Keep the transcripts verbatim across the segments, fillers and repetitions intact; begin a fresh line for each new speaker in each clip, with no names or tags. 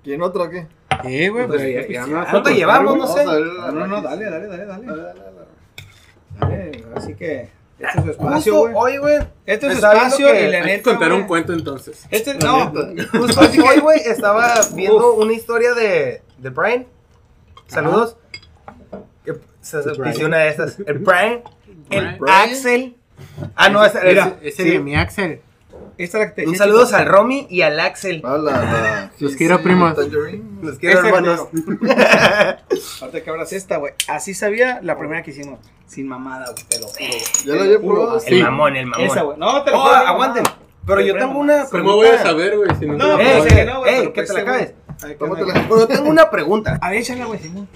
¿Quién otro qué?
Sí, güey, pues
ya,
ya,
ya,
¿cuánto llevamos? No sé.
Vamos a ver,
No, no, no, dale, dale, dale, dale. Dale, así que este es su espacio,
Justo
güey.
hoy, güey.
Este es su
estaba
espacio
viendo que
y la
hay
Hay que
neta,
contar un
güey,
cuento entonces.
Este, no,
Justo hoy, güey, estaba viendo una historia de, de Brian. Saludos. Que se se
Brian.
dice una de estas. El Brian. El
Brian.
Axel. Ah, no, ese,
Mira,
Ese
sí.
de mi Axel.
esta es la que te
Un
decía,
saludos
chico.
al Romy y al Axel.
Ah, la, la,
Los
sí,
quiero,
sí,
primos.
Tangerine.
Los quiero,
Este
hermanos.
Ahorita que abras esta, güey. Así sabía la primera que hicimos. Sin mamada, güey, te lo juro. güey.
Ya
Te
la había
juro,
probado.
así.
El
Sí.
mamón, el mamón.
Esa, güey. No, te lo
Oh,
juro.
aguanten. Pero yo tengo una pregunta.
¿Cómo voy a saber, güey? Si no,
No,
me
Eh,
lo
pues,
eh,
que no, güey,
eh,
pero
que
pues
te la
este, güey.
acabes.
Ay, qué
Tómatela.
onda.
Pero tengo una pregunta.
A ver, échala, güey, Simón.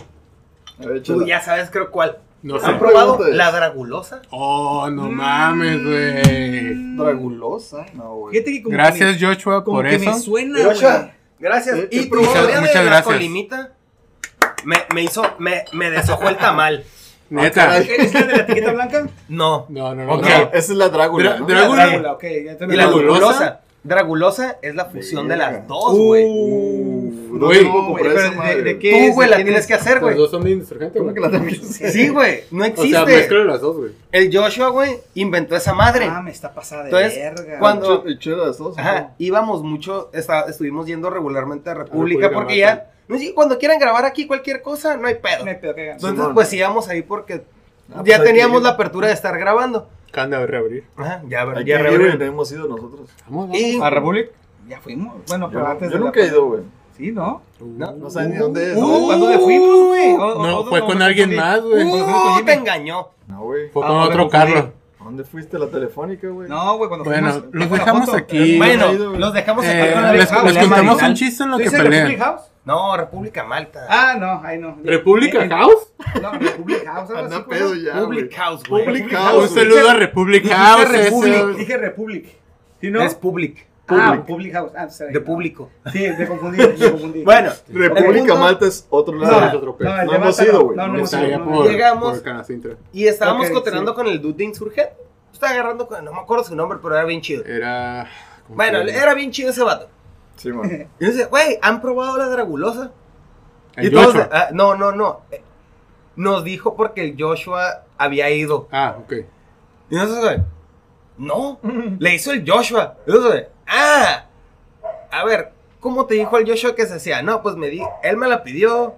A ver,
Tú
échala.
ya sabes, creo cuál.
No sé.
¿Han probado
pregunta es?
la dragulosa?
Oh, no mames, güey.
Dragulosa. No, güey.
Fíjate que como
Gracias,
que me,
Joshua,
como
por
que
eso.
me suena,
Joshua,
güey.
gracias.
Eh,
Y
¿qué
tu
probó?
historia
Muchas
de la
gracias.
colimita me, me hizo, me, me deshojó el tamal.
Neta.
caray.
¿Es la de la etiqueta blanca?
No.
No, no, no.
Ok.
no.
No, esa es la Drácula,
Dra-
¿no?
Dra- Drácula.
Drácula, ok. ya te me
Y la
¿Dragulosa?
dragulosa. Dragulosa es la fusión de las dos, güey.
Uf, no
Güey.
tengo que comprar
Pero
esa
de-
madre.
de qué-
Tú, güey,
¿de
la
quién
tienes
es?
que hacer,
Los
güey.
dos son de insurgente,
¿Cómo
güey.
que la tengo?
Sí, güey. No
O
existe.
sea, mezclo las dos, güey.
El Joshua, güey, inventó esa madre.
Ah, me está pasada de
Entonces,
verga.
cuando-
El chulo de las dos.
Ajá, íbamos mucho, está- estuvimos yendo regularmente a República,
República
porque
Malta.
ya, no sé, cuando quieran grabar aquí cualquier cosa, no hay pedo.
No hay pedo que hagan.
Entonces,
Simón.
pues íbamos ahí porque
Ah, pues
ya
hay que
teníamos
ir.
la apertura de estar grabando.
Acaban de reabrir.
Ajá, ya,
Hay
ya
que
reabrieron.
ir, no hemos ido nosotros.
Vamos,
Y-
¿A Republic? Ya fuimos. Bueno, pero
Yo,
antes
yo
de la-
nunca he ido, güey.
Sí, ¿no?
No.
No sé ni dónde es.
Uh,
¿no?
¿a dónde fuimos, güey? O- o-
No,
o-
fue
o-
con
o-
alguien
o-
más, güey.
Cuando fuimos con
Uh,
Jimmy.
te engañó.
No, güey.
Fue
Ah,
con
me
otro
confundí.
Carlos.
¿A dónde fuiste a la telefónica, güey?
No, güey, cuando
Bueno,
fuimos.
los
¿te
dejamos
acuerdas la foto?
aquí.
Bueno,
he ido, güey.
los dejamos
Eh,
aquí con la
les,
House.
les
House,
contamos
Marinal.
un chiste en lo
¿Tú
que
dices Republic
pelean.
House?
No, República Malta.
Ah, no, ahí no.
¿República
Eh,
House?
No, Republic House. algo
Anda
así, güey.
pedo ya, güey.
Public House, güey.
Public
Public
House,
Un
House,
güey.
saludo a Republic
Dijiste
House.
Republic.
eso.
Dije Republic. ¿Sí, no?
Es Public.
Ah,
Public.
Public House. Ah, sorry,
De
no.
público.
Sí, me confundí, me confundí.
Bueno,
República
el punto-
Malta es otro
no,
lado.
es otro pedo.
no, el
No
de
hemos
Malta
ido,
no.
güey.
No, no
No
hemos
Está
ido.
allá
no,
por,
no.
Llegamos-
por Canacintra.
y estábamos
Ok,
cotorreando
sí.
con el dude de Insurgente. Estaba agarrando con, no me acuerdo su nombre, pero era bien chido.
Era. ¿cómo
Bueno,
se llama?
era bien chido ese vato.
Sí, man.
Y yo decía, güey, ¿han probado la dragulosa?
El
Y todos,
Joshua.
ah, no, no, no. Eh, Nos dijo porque el Joshua había ido.
Ah, ok.
Y nosotros, güey, no, le hizo el Joshua. Y nosotros, güey, ah, a ver, ¿cómo te dijo el Joshua que se hacía? No, pues me di, él me la pidió.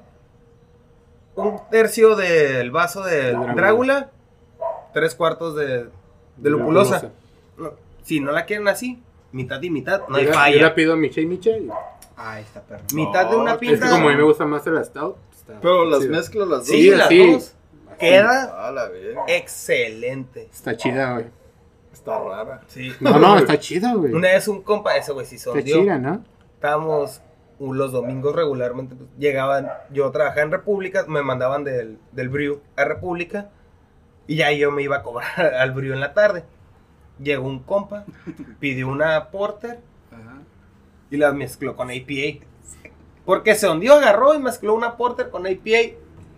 Un tercio del vaso de
Drácula.
Drácula, tres cuartos de, de lupulosa. No, si no la quieren así, mitad y mitad, no hay
Yo la-
falla.
Yo la pido a Michelle Michelle.
Ahí está, perro.
Mitad de una
No,
pinta.
Es que como a mí me gusta más el stout. está
Pero las
chida.
mezclas las dos.
Sí,
Sí,
las
así.
dos. Queda
A la verga.
excelente.
Está chida, güey.
Está rara.
Sí.
No, no, está chida, güey.
Una vez un compa, ese güey sí
Está
sondió.
chida, ¿no?
Estábamos uh, los domingos regularmente, pues, llegaban, yo trabajaba en República, me mandaban del, del Brew a República y ya yo me iba a cobrar al Brew en la tarde. Llegó un compa, pidió una Porter
Ajá.
y la mezcló con A P A. Porque se hundió, agarró y mezcló una Porter con A P A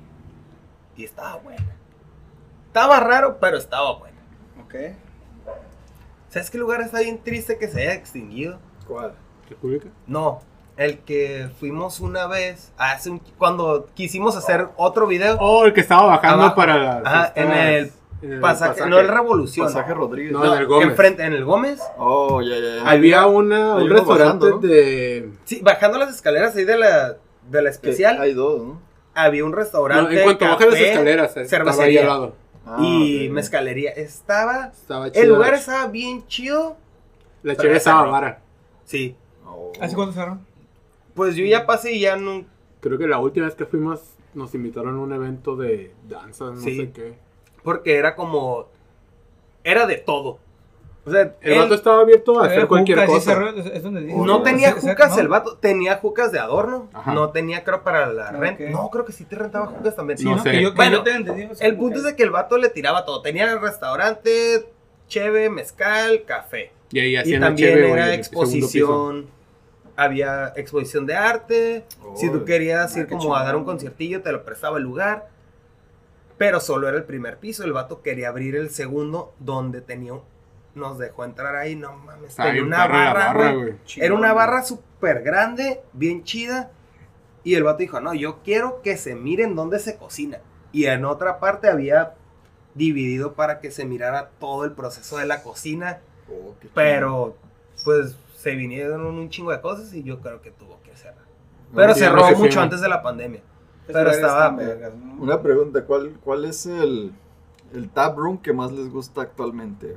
y estaba buena. Estaba raro, pero estaba buena.
Ok.
¿Sabes qué lugar está bien triste que se haya extinguido?
¿Cuál?
¿República?
No, el que fuimos una vez, hace un, cuando quisimos hacer otro video.
Oh, el que estaba bajando
Abajo.
para las.
Ajá,
estas-
en el
en el
pasaje, no el Revolución.
Pasaje Rodríguez.
No, en el Gómez.
Enfrente, en el Gómez.
Oh, ya, ya, ya.
Había una,
Hay
un
uno
restaurante
bajando, ¿no?
de.
Sí, bajando las escaleras ahí de la, de la
Que
especial,
Hay dos, ¿no?
había un
No,
restaurante.
en cuanto bajas las
café,
escaleras, eh, estaba ahí
cervecería
al lado.
Ah,
y
ok.
mezcalería. Estaba.
Estaba chido.
El lugar estaba bien chido.
La
pero
chévere
esa
estaba
no.
vara.
Sí.
Oh.
¿Hace cuánto cerraron?
Pues yo ya pasé y ya no.
Creo que la última vez que fuimos nos invitaron a un evento de danza, no
Sí.
sé qué.
Porque era como. Era de todo. O sea,
El
él
vato estaba abierto a hacer
Eh,
cualquier
Juca, sí
cosa.
cerró, es- es donde dice.
no tenía
Se- se-
jucas
¿no?
el vato, tenía jucas de adorno.
Ajá.
No tenía, creo, para la
Ok.
renta. No, creo que sí te rentaba jucas también.
Sí,
No
¿no?
sé.
Que yo, que
Bueno,
yo tenga entendido.
El punto es de que el vato le tiraba todo. Tenía restaurante, cheve, mezcal, café.
Y ahí
Y
hacían la
también
chévere, güey,
era
en el segundo piso.
exposición. Había exposición de arte.
Oh,
si tú querías
ah,
ir
qué
como
chingón.
a dar un conciertillo, te lo prestaba el lugar. Pero solo era el primer piso. El vato quería abrir el segundo, donde tenía nos dejó entrar ahí, no mames.
Estaba
Tenía
bien
una
perra la
barra,
barra,
güey.
güey.
Era una barra súper grande, bien chida. Y el vato dijo, no, yo quiero que se miren dónde se cocina. Y en otra parte había dividido para que se mirara todo el proceso de la cocina.
Oh, qué
Pero, pues, se vinieron un chingo de cosas y yo creo que tuvo que cerrar.
chido.
Pero
No,
cerró
no se
mucho
firma.
antes de la pandemia.
Esos
Pero
lugares
estaba-
están vergas, ¿no?
Una pregunta, ¿cuál, cuál es el, el tap room que más les gusta actualmente?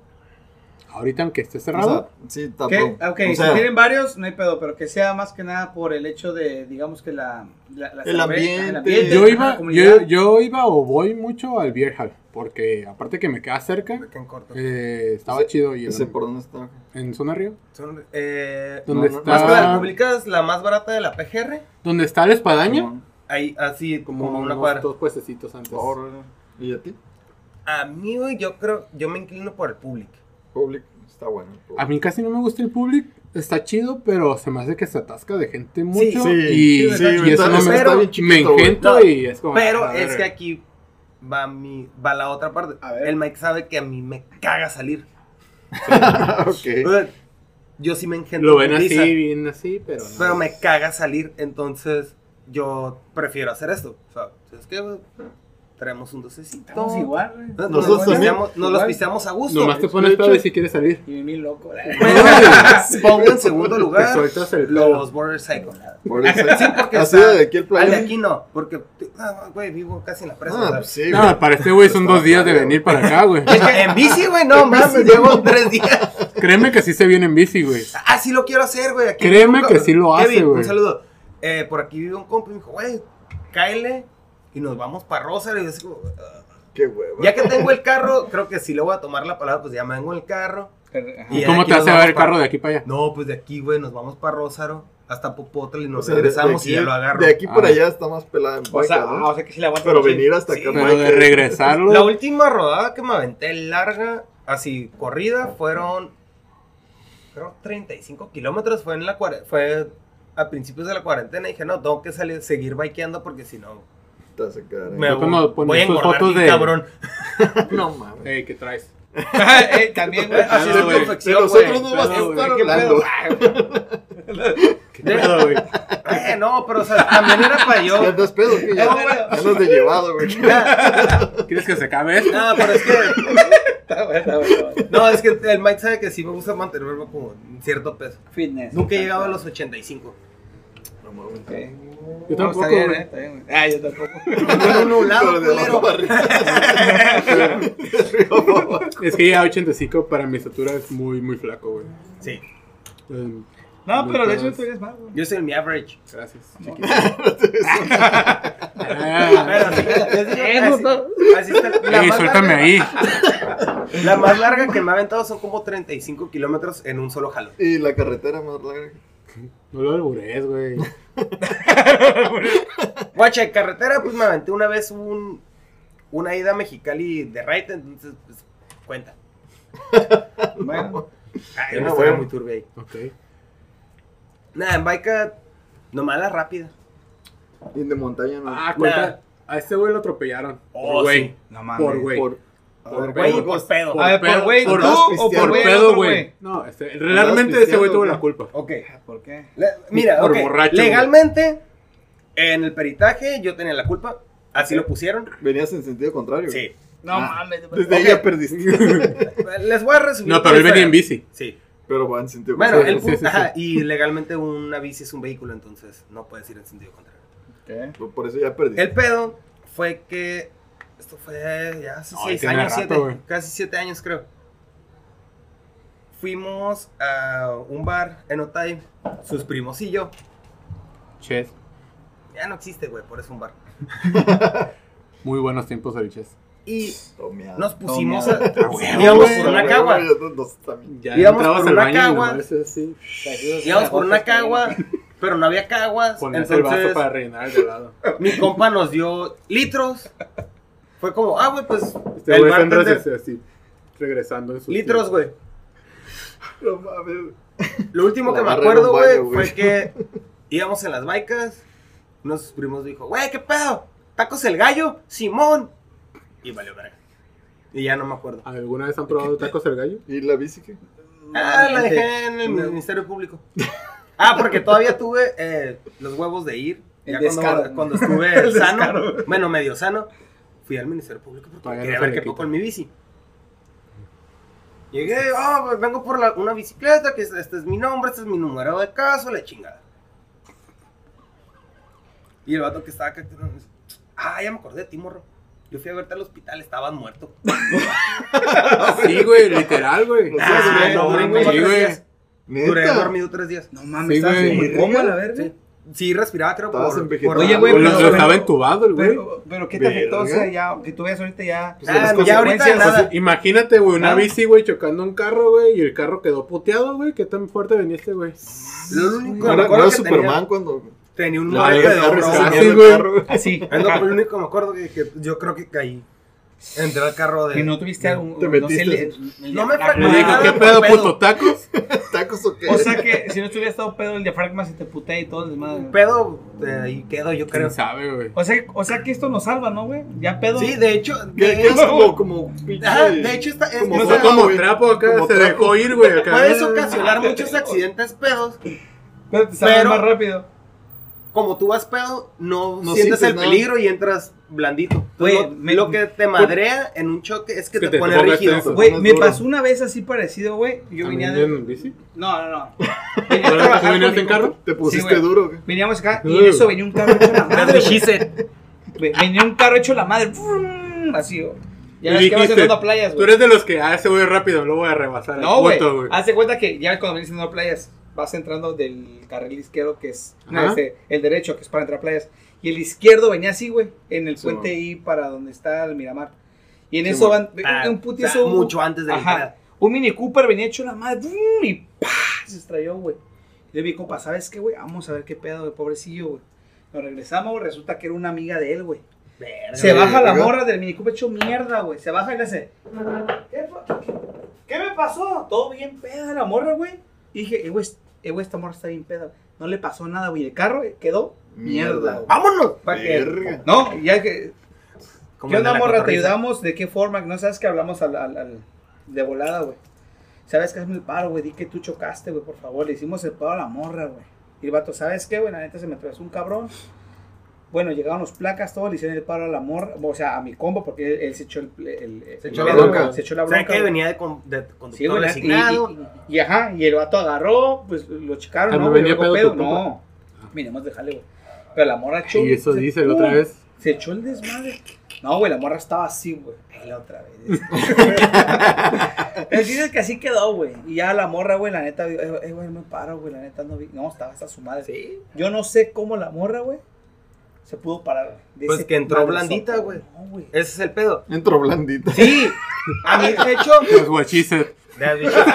Ahorita, aunque esté
O
cerrado,
sea, sí, tap
¿Qué?
room.
Ok,
O sea,
si tienen varios, no hay pedo, pero que sea más que nada por el hecho de, digamos que la... la- la
El
cerveza,
ambiente.
yo
la
iba,
comunidad.
yo, yo iba o voy mucho al Beer Hall, porque aparte que me queda cerca,
Que en corto.
eh, estaba
Ese-
chido y
¿Ese
en,
por dónde está?
en Zona Río,
Son, eh,
donde
no, no,
está,
más que la pública es la más barata de la P G R.
donde está la espadaña,
Simón.
Ahí, así,
como,
como, una
unos
cuadra.
dos puestecitos antes.
Órale. ¿Y a ti?
A mí, güey, yo creo, yo me inclino por el público.
Public, está bueno. el Public.
A mí casi no me gusta el Public, está chido, pero se me hace que se atasca de gente mucho
sí,
y,
sí,
y
güey,
eso
está-
no me,
está
bien
me
chiquito, güey.
engento
No,
y es como...
Pero
a
es
ver,
que aquí va mi, va la otra parte.
A ver.
El Mike sabe que a mí me caga salir.
ok.
O sea, yo sí me engento.
lo ven
con
así,
Lisa,
bien así, pero no.
pero me caga salir, entonces yo prefiero hacer esto. O sea, ¿sabes qué, güey? Traemos un docecito.
Estamos igual, güey.
Nos,
Nosotros
nos,
también.
pisteamos- nos los pisteamos a gusto.
Nomás te
De
pones
hecho-
pedo y si quieres salir.
Y mi loco. la-
Pongo en segundo
Te
lugar
sueltas el
los Border Cycle.
Por eso.
Sí, porque
Así
está-
de aquí el
Al
plan.
de aquí no, porque, ah, güey, vivo casi en la presa. o
Ah,
sea.
pues sí,
No, para este güey son dos días de venir para acá, güey.
Es que en bici, güey, no mames, llevo tres días.
Créeme que sí se viene en bici, güey.
Ah, sí lo quiero hacer, güey. Aquí
Créeme
vive un
que
co-
sí lo hace,
Kevin,
güey.
un saludo. Eh, por aquí vive un compa y me dijo, güey, cáele y nos vamos para Rosario. Y yo así como, ah.
Qué huevo.
Ya que tengo el carro, creo que si le voy a tomar la palabra, pues ya me vengo en el carro.
Ajá.
Y-
¿Cómo
aquí
te
nos
hace
vamos
ver el
para-
carro de aquí para allá?
No, pues de aquí, güey, nos vamos para Rosario hasta Popotla y
O
nos
sea, de-
regresamos
de
y ya
aquí-
lo agarro.
De aquí por
Ah.
allá está más pelada en
O sea,
bike, ¿no?
ah, o sea que sí le aguanta.
Pero
machín.
venir hasta
Sí,
acá.
Pero
bike,
de
eh,
regresarlo...
La última rodada que me aventé larga, así corrida, fueron creo treinta y cinco kilómetros. Fue en la cuare- fue a principios de la cuarentena. Y dije, no, tengo que salir, seguir bikeando porque si no
te vas a quedar ahí.
me
Fue cuando
voy a
pones tus
engordar
fotos
bien
de-
cabrón.
No mames.
Ey, ¿qué traes?
Eh, también, güey.
Así
Ah,
es
güey.
confección,
De nosotros
güey.
no vas a
Pero,
estar
güey, ¿qué
hablando.
¿Qué pedo, güey?
Eh, no, pero o sea, también era para
Ya
yo.
andas pedo, que ya
No, güey.
ya andas de llevado, güey.
¿Quieres que se acabe esto?
No, pero es que
Está bueno, está bueno, está bueno.
no, es que el Mike sabe que sí me gusta mantenerme como en cierto peso.
Fitness.
Nunca he llegado a los ochenta y cinco.
No mames.
Ok.
Yo
No,
tampoco,
está bien,
güey.
eh, está bien, güey. Ah, yo tampoco.
En un lado,
Pero de abajo
culero.
para arriba. De arriba para abajo.
Es que ya ochenta y cinco para mi estatura es muy, muy flaco, güey.
Sí.
Eh,
No, pero de hecho
Entonces-
tú eres más, güey.
Yo soy el mi average.
Gracias.
Bueno,
Ah,
les digo,
Eso
así-
todo.
así está. La
ey,
más
suéltame
larga-
ahí.
La más larga que me ha aventado son como treinta y cinco kilómetros en un solo jalón.
Y la carretera más larga.
No lo albures, güey.
Guacha, de carretera, pues me aventé una vez un, una ida a Mexicali de raite, entonces, pues, cuenta.
Bueno,
Ay,
Ah,
una historia
bueno.
muy turbia ahí.
Ok.
Nada, en Baica, nomás la rápida.
Y de montaña no.
Ah, cuenta.
Nah.
A este güey lo atropellaron.
Oh,
Por güey.
sí.
no mames.
Por güey.
Por,
Por
por-
güey y
por-
por pedo.
A ver, por güey,
por-
¿tú o
por
por güey el
pedo,
otro
güey. No, este, realmente ese güey tuvo la culpa.
Ok.
¿Por qué?
Le- mira,
Por
ok,
borracho,
legalmente, en el peritaje yo tenía la culpa. Así lo pusieron.
Venías en sentido contrario.
Sí.
No
Ah,
mames.
Desde ahí
Ok.
ya perdiste.
Les voy a resumir.
No, pero
la
él venía
historia.
en bici.
Sí.
Pero va en sentido
Bueno,
contrario.
el
sí,
pu-
sí,
ajá,
sí.
y legalmente una bici es un vehículo, entonces no puedes ir en sentido contrario.
¿Qué?
Por- Por eso ya perdiste.
El pedo fue que esto fue ya hace
Ay,
seis
tiene
años,
rato,
siete,
güey.
casi siete años creo. Fuimos a un bar en Otay, sus primos y yo.
Ches.
Ya no existe, güey, por eso un bar.
Muy buenos tiempos de Ches.
Y
Tomeado.
nos pusimos a...
Tomeado.
íbamos
güey,
por una
Güey,
cagua.
güey, no- no está bien.
Ya
Íbamos
entrabas
por
al
una
baño y
cagua.
nomás es así.
Íbamos por una cagua, pero no había caguas.
Ponías el vaso
Entonces,
para rellenar el de lado.
mi compa nos dio litros. Fue como, ah, güey, pues...
Este
el
güey está en
bartender-
receso, así, regresando en sus
litros, güey.
No mames.
Lo último
La
que me
barra en
acuerdo,
un
güey,
baño, güey.
fue que íbamos en las baicas. Uno de sus primos dijo, güey, ¿qué pedo? ¿Tacos el gallo? Simón. Y valió verga. Y ya no me acuerdo.
¿Alguna vez han probado tacos el gallo?
¿Y la bici qué?
Ah, la dejé en el Ministerio Público. Ah, porque todavía tuve eh, los huevos de ir.
El
Ya
descaro.
cuando, cuando estuve sano, bueno, medio sano, fui al Ministerio Público porque
Todavía
quería
no se
ver
le
qué poco
quita.
en mi bici. Llegué, ah, pues vengo por la- una bicicleta, que este, este es mi nombre, este es mi número de caso, la chingada. Y el vato que estaba acá, ah, ya me acordé de ti, morro. Yo fui a verte al hospital, estabas muerto.
Sí, güey, literal, güey.
No
Ah,
seas
no,
mamón,
mames,
Sí,
tres
güey.
días. Duré
¿Neta?
dormido tres días.
No mames,
Sí,
estás
güey.
como en coma, la verga.
Sí, sí respiraba, creo,
Estabas
por,
envegetado.
por-
Oye, güey,
Pues
pero-
lo-
pero-
estaba entubado el güey.
Pero, pero ¿qué te afectó? O sea,
Verga.
ya, que tú veas ahorita ya.
Pues,
Ah,
las
ya ahorita
consecuencias,
nada.
Pues, imagínate, güey, una
Ah.
bici, güey, chocando un carro, güey, y el carro quedó puteado, güey. ¿Qué tan fuerte venía este, güey?
Lo único
No
que me
era, no
acuerdo
era
que
Superman
tenía,
cuando...
tenía un
No,
golpe
el
de
carro
hombro.
se
se
así,
mierda el
güey.
carro.
Así.
Es lo lo único que me acuerdo que, que yo creo que caí. Entré al carro de...
Y no tuviste algún.
Te
no sé,
metiste.
el- el
No me
diafragma.
Le dijo,
Nada,
¿qué
no
pedo,
pedo.
puto tacos?
¿Tacos o qué?
O sea que si no estuviera estado pedo, el diafragma se te putea y todo el demás.
Un pedo, de ahí quedo, yo creo.
¿Quién sabe, güey?
O sea, o sea que esto nos salva, ¿no, güey? Ya pedo.
Sí, de hecho...
¿Qué,
De
qué es
hecho,
como, como pinche...
Ajá, de hecho, está, es,
como
No
o
sé
sea,
trapo,
cómo
güey.
trapo acá,
Como
se
trapo.
dejó ir, güey, acá.
puedes ocasionar muchos accidentes pedos.
Pero te salva
pero-
más rápido.
Como tú vas pedo, no,
No
sientes
sientes
el
nada.
peligro y entras blandito. Entonces,
Güey,
lo,
me-
lo que te madrea en un choque es que
Que
te,
te
pone
pongas
rígido.
tenso.
Güey,
pones
me
duro.
pasó una vez así parecido, güey. Yo venía
¿También
de.
en bici?
No, no, no. Venía a
¿Ahora tú
trabajar
venías
con
en
mi
carro?
compa.
Te pusiste
Sí, güey.
duro, güey.
Veníamos acá y en eso venía un carro hecho la madre. güey. Ve- Venía un carro hecho la madre. ¡Fum! Así, güey. Ya
Y
ves que vas
dijiste,
entrando a playas,
Tú
güey.
eres de los que, ah, ese güey rápido, lo voy a rebasar.
No, güey.
Puto, güey.
Haz de cuenta que ya cuando vienes entrando a playas, vas entrando del carril izquierdo, que es. No,
Ajá.
este, el derecho, que es para entrar a playas. Y el izquierdo venía así, güey. En el
Sí,
puente
güey.
ahí para donde está el Miramar. Y en
Sí,
eso
güey.
van.
Ah,
un
o
putizo.
sea, mucho antes de la
Ajá.
entrada.
Un Mini Cooper venía hecho la madre. ¡Bum! Y ¡pah! Se estrelló, güey. Y le dije, compa, ¿sabes qué, güey? Vamos a ver qué pedo, güey, pobrecillo, güey. Nos regresamos, güey. Resulta que era una amiga de él, güey.
Verga.
Se baja la
verga.
morra del Mini Cooper hecho mierda, güey. Se baja y le hace. ¿Qué, pa- ¿Qué me pasó? Todo bien peda la morra, güey. Y dije, eh, güey, eh, güey, esta morra está bien peda. No le pasó nada, güey. El carro eh, quedó mierda,
Mierda.
güey.
¡Vámonos! Pa' que-
Verga.
No, ya que.
como
¿Qué
el de
onda,
la
morra? ¿Te
cotorriza.
ayudamos? ¿De qué forma? No sabes que hablamos al, al, al- de volada, güey. ¿Sabes qué? Hazme el paro, güey. Di que tú chocaste, güey, por favor. Le hicimos el paro a la morra, güey. Y el vato, ¿sabes qué, güey? La neta se me atravesó un cabrón. Bueno, llegaron los placas, todo, le hicieron el paro a la morra. O sea, a mi combo, porque él, él se echó el. el- el-
Se
el
echó la
pedo,
bronca.
güey, Se echó la
O sea,
bronca.
que
güey.
venía de, con- de
Sí,
conductor
güey, y,
designado.
y- y- ajá, y el vato agarró, pues lo checaron,
Ah,
¿no?
¿no
güey?
venía
Luego
pedo tu
No, miremos, déjale, güey. Pero la morra echó.
Y eso
se-
dice la otra
¡pum!
vez.
Se echó el desmadre. No, güey, la morra estaba así, güey. Ahí la otra vez. El chiste es que así quedó, güey. Y ya la morra, güey, la neta, eh, eh, güey, me paro, güey, la neta no vi. No, estaba hasta su madre.
Sí.
Yo no sé cómo la morra, güey, se pudo parar. de
Pues
ese
que entró
madrezote,
blandita, güey.
No, güey.
Ese es el pedo.
Entró blandita.
Sí. A mí, de hecho.
Pues what she said.
De hecho,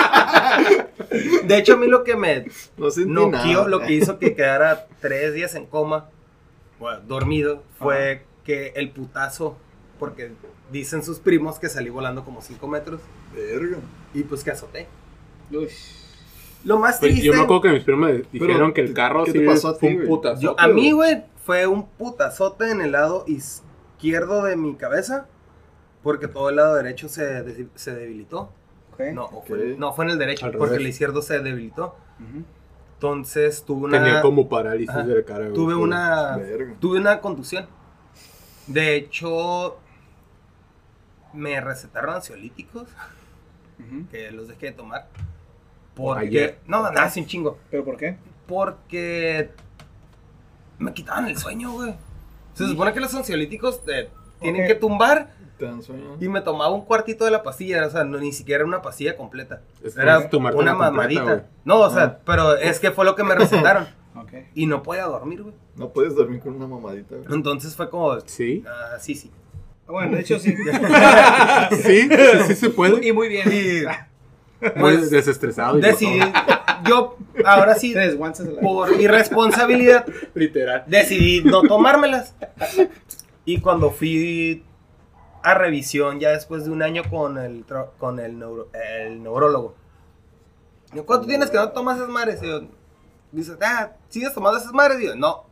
de hecho, a mí lo que me
No sentí
noqueó,
nada.
lo que hizo que quedara tres días en coma, bueno, dormido, fue que el putazo, porque dicen sus primos que salí volando como cinco metros,
Verga.
y pues que azoté.
Uy.
Lo más
Pues,
triste,
yo me acuerdo que mis primos me dijeron que el carro
¿qué
sí
te pasó a
fue
ti,
un
güey?
putazo.
yo- a mí, güey, fue un putazote en el lado izquierdo de mi cabeza, porque todo el lado derecho se, de- se debilitó.
Ok.
No, o fue-
Ok.
no, fue en el derecho,
Al
porque
revés.
el izquierdo se debilitó.
Ujú.
Entonces tuve una...
Tenía como parálisis
Ajá.
de la cara, güey.
Tuve
Sí.
una...
Verga.
Tuve una contusión. De hecho, me recetaron ansiolíticos,
Ujú.
que los dejé de tomar. Porque...
Ayer.
No, nada, hace un chingo.
¿Pero por qué?
Porque me quitaban el sueño, güey. Se supone que los ansiolíticos te tienen
Ok.
que tumbar
¿Te dan sueño?
y me tomaba un cuartito de la pastilla, o sea, no, ni siquiera era una pastilla completa.
Es
Era
que tomarte
una
completa,
mamadita.
güey.
No, o sea,
Ah.
pero es que fue lo que me recetaron
Ok.
y no podía dormir, güey.
No puedes dormir con una mamadita, güey.
Entonces fue como,
Sí.
ah, sí, sí.
Bueno, de hecho sí.
Sí, sí, sí se puede.
Y muy bien.
Y
Muy
pues,
desestresado. y
decidí,
todo.
yo ahora sí,
Tres guantes de la.
por irresponsabilidad,
Literal.
decidí no tomármelas. Y cuando fui a revisión, ya después de un año con el, tro- con el, neuro- el neurólogo, digo, ¿cuánto tienes que no tomas esas madres? Y yo, dice, ah, ¿sigues tomando esas madres? Y yo, no,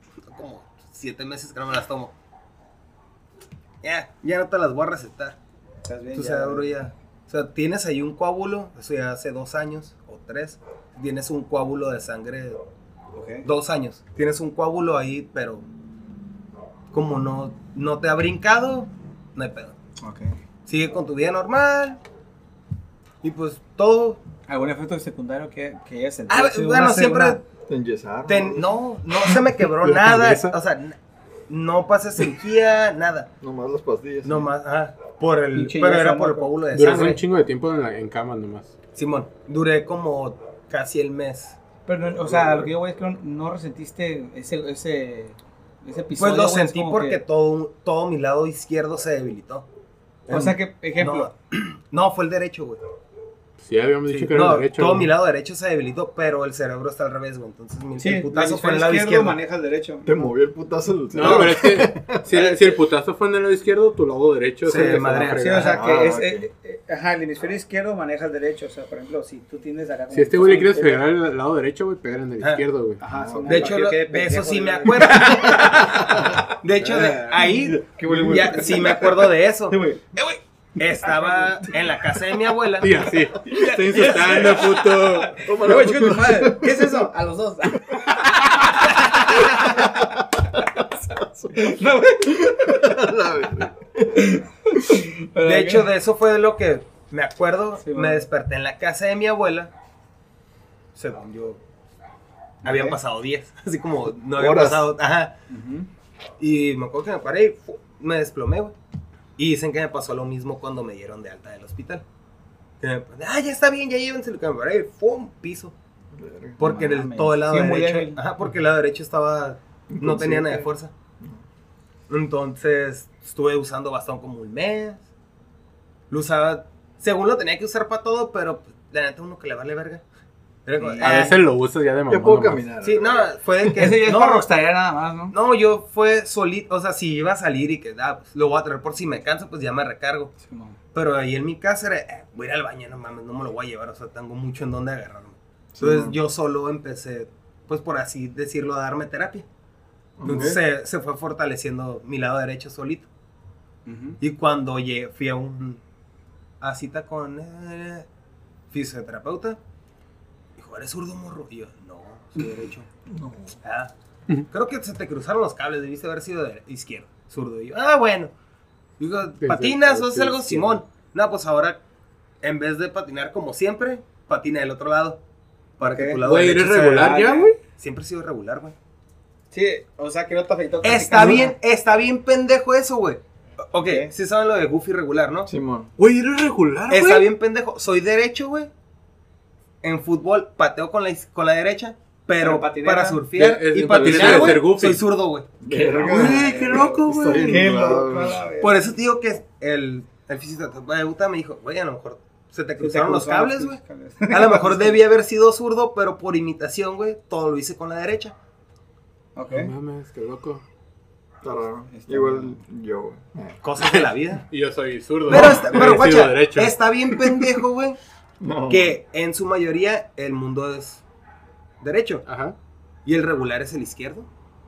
como siete meses que no me las tomo. Ya, ya no te las voy a recetar.
Estás bien,
Tu
ya,
cerebro
güey.
ya. O sea, tienes ahí un coágulo, eso ya hace dos años o tres. Tienes un coágulo de sangre,
Ok.
dos años. Tienes un coágulo ahí, pero como no, no te ha brincado, no hay pedo.
Ok.
Sigue con tu vida normal. Y pues todo.
¿Algún efecto secundario que, que hayas
Ah,
sentido? Sí,
bueno,
una-
siempre.
una-
Te enyesaron.
te- no, no se me quebró
La
nada.
cabeza.
O sea, n- no pasé cirugía, nada.
Nomás las pastillas.
No más, ajá. Por el,
Pinche
pero
yeso,
era por el
loco.
coágulo de
Duras
sangre.
un chingo de tiempo en, la, en cama nomás.
Simón, duré como casi el mes.
Pero, no, o sea, lo que yo voy es que no, no resentiste ese, ese, ese episodio.
Pues lo
güey, es
sentí
como
porque
que-
todo, todo mi lado izquierdo se debilitó.
O sea que, ejemplo,
No, no, fue el derecho, güey.
Sí, habíamos
Sí,
dicho que era
no,
el derecho.
todo
¿no?
mi lado derecho se debilitó, pero el cerebro está al revés, güey. Entonces mi
sí,
el
el
putazo fue
hemisferio
en el lado
izquierdo
izquierdo.
maneja el derecho.
Te movió el putazo el
No,
cerebro.
pero es que si el, si el putazo fue en el lado izquierdo, tu lado derecho es
Sí,
el que se va a
madre.
Sí,
fregar.
o sea que
Ah,
es,
ok.
eh, eh, ajá, el hemisferio izquierdo maneja el derecho. O sea, por ejemplo, si tú tienes acá como
Si a este güey le quieres
pegar
pegar al lado derecho, güey, pegar en el
Ah.
izquierdo, güey.
Ajá, sí,
De
no,
De hecho,
yo
lo-
quedé
de eso
pendejo,
sí me
güey.
acuerdo. De hecho, de ahí
Qué bueno,
ya, sí me acuerdo de eso.
Sí, güey.
Eh, güey, estaba en la casa de mi abuela.
Sí, así. Estoy insultando, puto.
Eh, güey, chica, tu madre. ¿Qué es eso? A los dos. No, güey.
La verdad.
De hecho, de eso fue lo que me acuerdo.
Sí,
me
bueno.
desperté en la casa de mi abuela. Según yo, habían
Ok.
pasado días. Así como no había
Horas.
pasado. Ajá.
Ujú.
Y me acuerdo que me paré y fu, me desplomé, güey. Y dicen que me pasó lo mismo cuando me dieron de alta del hospital. Que me, ah, ya está bien, ya llévense. Que me paré y fu, piso.
Verga.
Porque
No
el,
mames.
todo el lado
Sí, muy
derecho.
débil.
Ajá, porque el lado derecho estaba. No tenía nada de fuerza. Entonces estuve usando bastón como un mes. Lo usaba. Según lo tenía que usar para todo, pero pues, la neta uno que le vale verga. Era como,
Sí.
A
eh,
veces lo usas ya de mamón.
Ya puedo
nomás.
caminar.
Sí, no, fue de que.
Ese ya es
no,
para rockstar nada más, ¿no?
no, yo fue solito. O sea, si iba a salir y que ah, pues, lo voy a traer por si me canso, pues ya me recargo.
Sí, no.
Pero ahí en mi casa era, eh, voy a ir al baño, no mames, no me lo voy a llevar. O sea, tengo mucho en dónde agarrarme.
Sí,
Entonces
no.
yo solo empecé, pues por así decirlo, a darme terapia.
Ok.
Entonces se, se fue fortaleciendo mi lado derecho solito.
Ujú.
Y cuando llegué, fui a un a cita con eh, fisioterapeuta, dijo, ¿eres zurdo, morro? Y yo, no, soy derecho.
No.
Ah, creo que se te cruzaron los cables, debiste haber sido de izquierdo, zurdo. Y yo, ah, bueno. Digo,
Desde
¿patinas
el
o haces algo,
izquierdo.
Simón? No, pues ahora, en vez de patinar como siempre, patina del otro lado. Para que
Ok.
tu lado
Güey,
derecho
¿eres
se-
regular ya, güey?
Siempre he sido regular, güey.
Sí, o sea que no te afectó. casi
Está
casi.
bien, está bien pendejo eso, güey. Ok,
Ok.
sí saben lo de Goofy regular, ¿no?
Simón.
Güey, eres regular, güey.
Está bien pendejo. Soy derecho, güey. En fútbol pateo con la, is- con la derecha, pero
Pero patinar-
para surfear
Es- es-
y
es
patinar,
de
güey,
ser Goofy.
soy zurdo, güey.
Verga.
Güey, qué loco, güey.
Estoy
Qué
enamorado,
loco,
güey.
la verga.
Por eso te digo que el, el fisioterapeuta me dijo, güey, a lo mejor se te
Se te
cruzaron los
cruzaron
cables, güey.
cables.
A lo mejor debía haber sido zurdo, pero por imitación, güey, todo lo hice con la derecha.
Ok.
No mames, qué loco.
Está raro.
Está
Igual yo, güey. Eh,
Cosas de la vida.
Y yo soy zurdo.
Pero,
¿no?
está,
He
pero
sido
guacha,
derecho.
está bien pendejo, güey,
No.
que en su mayoría el mundo es derecho.
Ajá.
Y el regular es el izquierdo.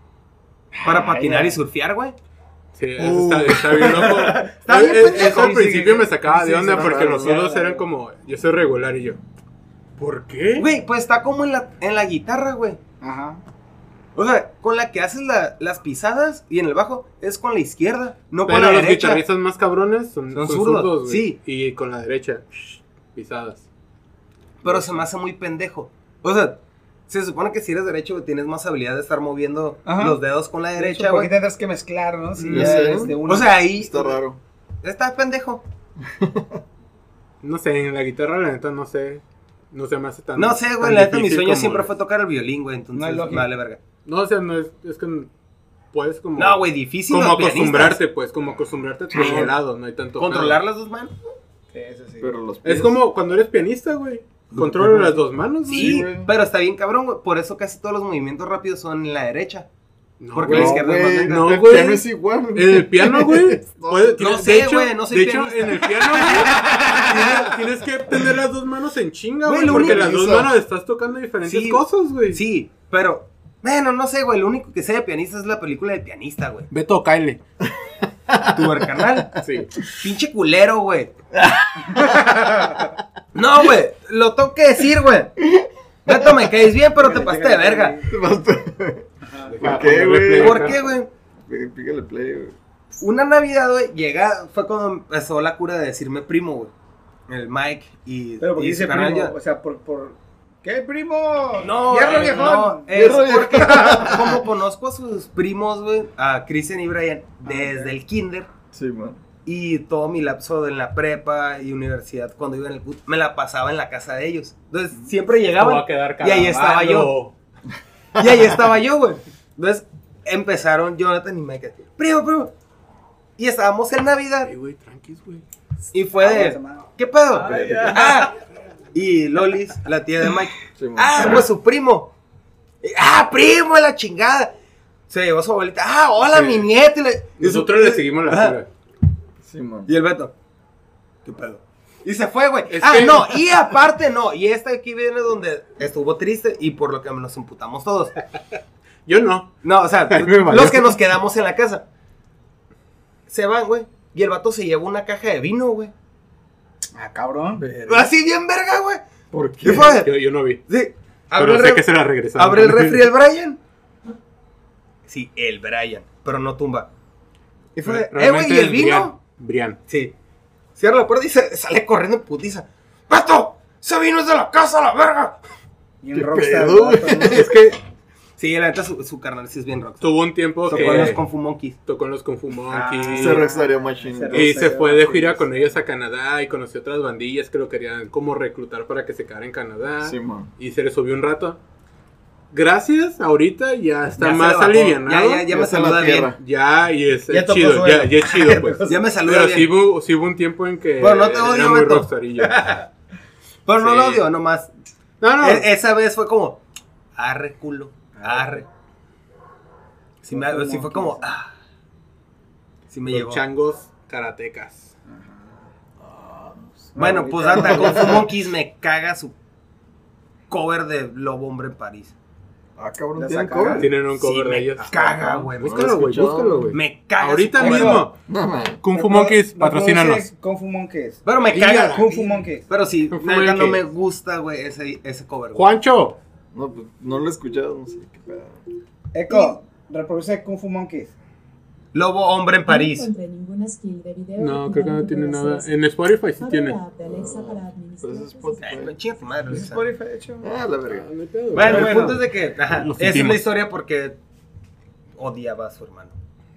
Para patinar
Ay,
y surfear, güey.
Sí, eso está, está bien loco.
Está bien
Eh, eh,
pendejo.
Eso al
Sí,
principio
sí,
me sacaba
sí,
de
sí,
onda
sí,
porque
claro,
los zurdos
claro.
eran como, yo soy regular y yo, ¿por qué?
Güey, pues está como en la, en la guitarra, güey.
Ajá.
O sea, con la que haces la- las pisadas y en el bajo es con la izquierda, no con
Pero
la
los
derecha.
guitarristas más cabrones son,
Son
son
zurdos,
zurdos, güey.
sí.
Y con la derecha, pisadas.
Pero se me hace muy pendejo. O sea, se supone que si eres derecho güey, tienes más habilidad de estar moviendo
Ajá.
los dedos con la
De
derecha,
hecho, ¿por qué
güey.
tendrás que mezclar, no? Si
Ya
ya
sé.
eres de uno.
O sea, ahí
Está raro.
está pendejo.
No sé, en la guitarra la neta no sé, no se me hace tan
No sé, güey,
tan
la neta mi
difícil
sueño
como
siempre
es.
fue tocar el violín, güey, entonces
No hay lógica.
vale verga.
No, o sea, no es, es que puedes como...
No, güey, difícil
Como
los pianistas.
acostumbrarte, pues, como acostumbrarte a tu
Sí.
lado, no hay tanto...
Controlar
pedo.
las dos manos.
Sí, eso sí.
Pero los pies.
Es como cuando eres pianista, güey. Controla las dos manos, güey.
Sí,
güey.
pero está bien cabrón, güey. Por eso casi todos los movimientos rápidos son en la derecha.
No,
Porque
güey.
la izquierda es más lenta.
No,
el
güey.
piano es igual.
En el piano, güey. puede-
No
tienes-
sé,
de hecho-
güey, no soy
De hecho,
pianista.
en el piano, güey, tienes, tienes que tener las dos manos en chinga,
Güey,
güey.
lo
Porque
único-
las dos
eso-
manos estás tocando diferentes
Sí.
cosas, güey.
Sí, pero, bueno, no sé, güey. Lo único que sé de pianista es la película del pianista, güey.
Beto Kyle.
Tu carnal.
Sí.
Pinche culero, güey. No, güey. Lo tengo que decir, güey. Beto, me caes bien, pero te pasaste de verga.
¿Por qué, güey?
¿Por qué, güey?
Pícale play, güey.
Una Navidad, güey, llega, fue cuando empezó la cura de decirme primo, güey. El Mike y.
Pero porque
y
dice
su carnal
primo,
ya-
o sea, por, por... ¿Qué, primo?
No,
¡Hierro,
eh,
viejón!
no, es
Hierro, viejón.
porque como conozco a sus primos, güey, a Christian y Brian, desde el kinder
Sí, man.
y todo mi lapso en la prepa y universidad cuando iba en el C U T, me la pasaba en la casa de ellos. Entonces siempre
Te
llegaban
voy a quedar
y ahí estaba yo. Y ahí estaba yo, güey. Entonces empezaron Jonathan y Mike, primo, primo. Y estábamos en Navidad
Ay, güey, tranquis, güey.
y fue
Ah,
de,
esa madre.
¿qué pedo?
Ay, ya.
Ah, y Lolis, la tía de Mike,
Sí, man.
ah, pues su primo. Y, ah, primo de la chingada. Se llevó a su abuelita. Ah, hola,
Sí.
mi nieto. Y, le- y
Nosotros
su-
le seguimos la
Ajá.
cura.
Sí, man.
Y el Beto. ¿Qué pedo? Y se fue, güey.
Es
Ah,
que-
no, y aparte no. Y esta aquí viene donde estuvo triste y por lo que nos emputamos todos.
Yo no.
No, o sea,
Ay, me valió.
los que nos quedamos en la casa. Se van, güey. Y el vato se llevó una caja de vino, güey.
Ah, cabrón.
Así bien verga, güey.
¿Por
¿Qué
qué?
fue?
Yo, yo no vi.
Sí.
Pero
el
sé
re-
que se la regresaron.
Abre el refri el Brian. Sí, el Brian. Pero no tumba. Y fue, de, eh, güey,
Realmente
¿y el
es
vino?
Brian. Brian.
Sí. Cierra la puerta y se sale corriendo en putiza. ¡Pato! ¡Ese vino es de la casa, la verga!
Y en
¿Qué
Rockstar.
pedo,
vato, ¿no?
Es que
Sí, la neta, su, su carnal sí es bien rock.
tuvo un tiempo
Tocó
que
en los Kung Fu Monkeys.
tocó en los Kung Fu Monkeys.
Ah,
Se rockstaría machine.
Se
Y se fue de gira
Sí.
con ellos a Canadá y conoció otras bandillas que lo querían como reclutar para que se quedara en Canadá.
Sí, man.
Y se le subió un rato. Gracias, ahorita ya está
Ya se
más
le bajó.
alivianado.
Ya, ya, ya
Ya
me
está en la
saluda bien.
tierra.
Ya, y es,
Ya
es
tocó
chido,
suelo.
ya, ya es chido, pues.
Ya me saluda
Pero
bien.
sí hubo, sí hubo un tiempo en que
Bueno, no te odio,
era muy
Beto.
rockstarillo.
Pero no
Sí.
lo odio, nomás.
No, no.
E- esa vez fue como, arre, culo, arre. Sí, me, sí fue como, ah. Sí me
los
llegó.
changos karatecas.
Bueno, pues anda, con Fu Monkeys me caga su cover de Lobo Hombre en París.
Ah, cabrón,
Ya
¿tienen
sacaron.
cover?
Tienen un
Sí,
cover
me
de ellos.
caga, güey.
No lo he
Búscalo, güey,
escuchado.
búscalo, güey.
Me caga.
Ahorita
su cover.
mismo.
No, man.
Kung Fu
Lo pro-
Monkeys,
lo
patrocínanos.
produce Kung Fu Monkeys.
Pero me
Y
caga.
ya.
Kung Fu Monkeys.
Pero sí,
Kung Fu
neta, no me
Monkeys.
gusta, güey, ese, ese cover, güey.
Juancho.
No, pues, no lo he escuchado, no sé qué pedo.
Echo, reproduce Kung Fu Monkeys.
Lobo Hombre en París.
No encontré ninguna skill de video
No, creo que no
activando
tiene
tu
nada.
acceso.
En Spotify sí
Abre
tiene.
la app de Alexa para administrar
Pues es
tus
Spotify.
Ay, chinga tu madre,
Es
Luisa.
Spotify, de hecho.
Ah, la verga.
No hay pedo,
Bueno,
güey.
el punto es de que ajá,
Lo
esa es
sentimos.
la historia porque odiaba a su hermano.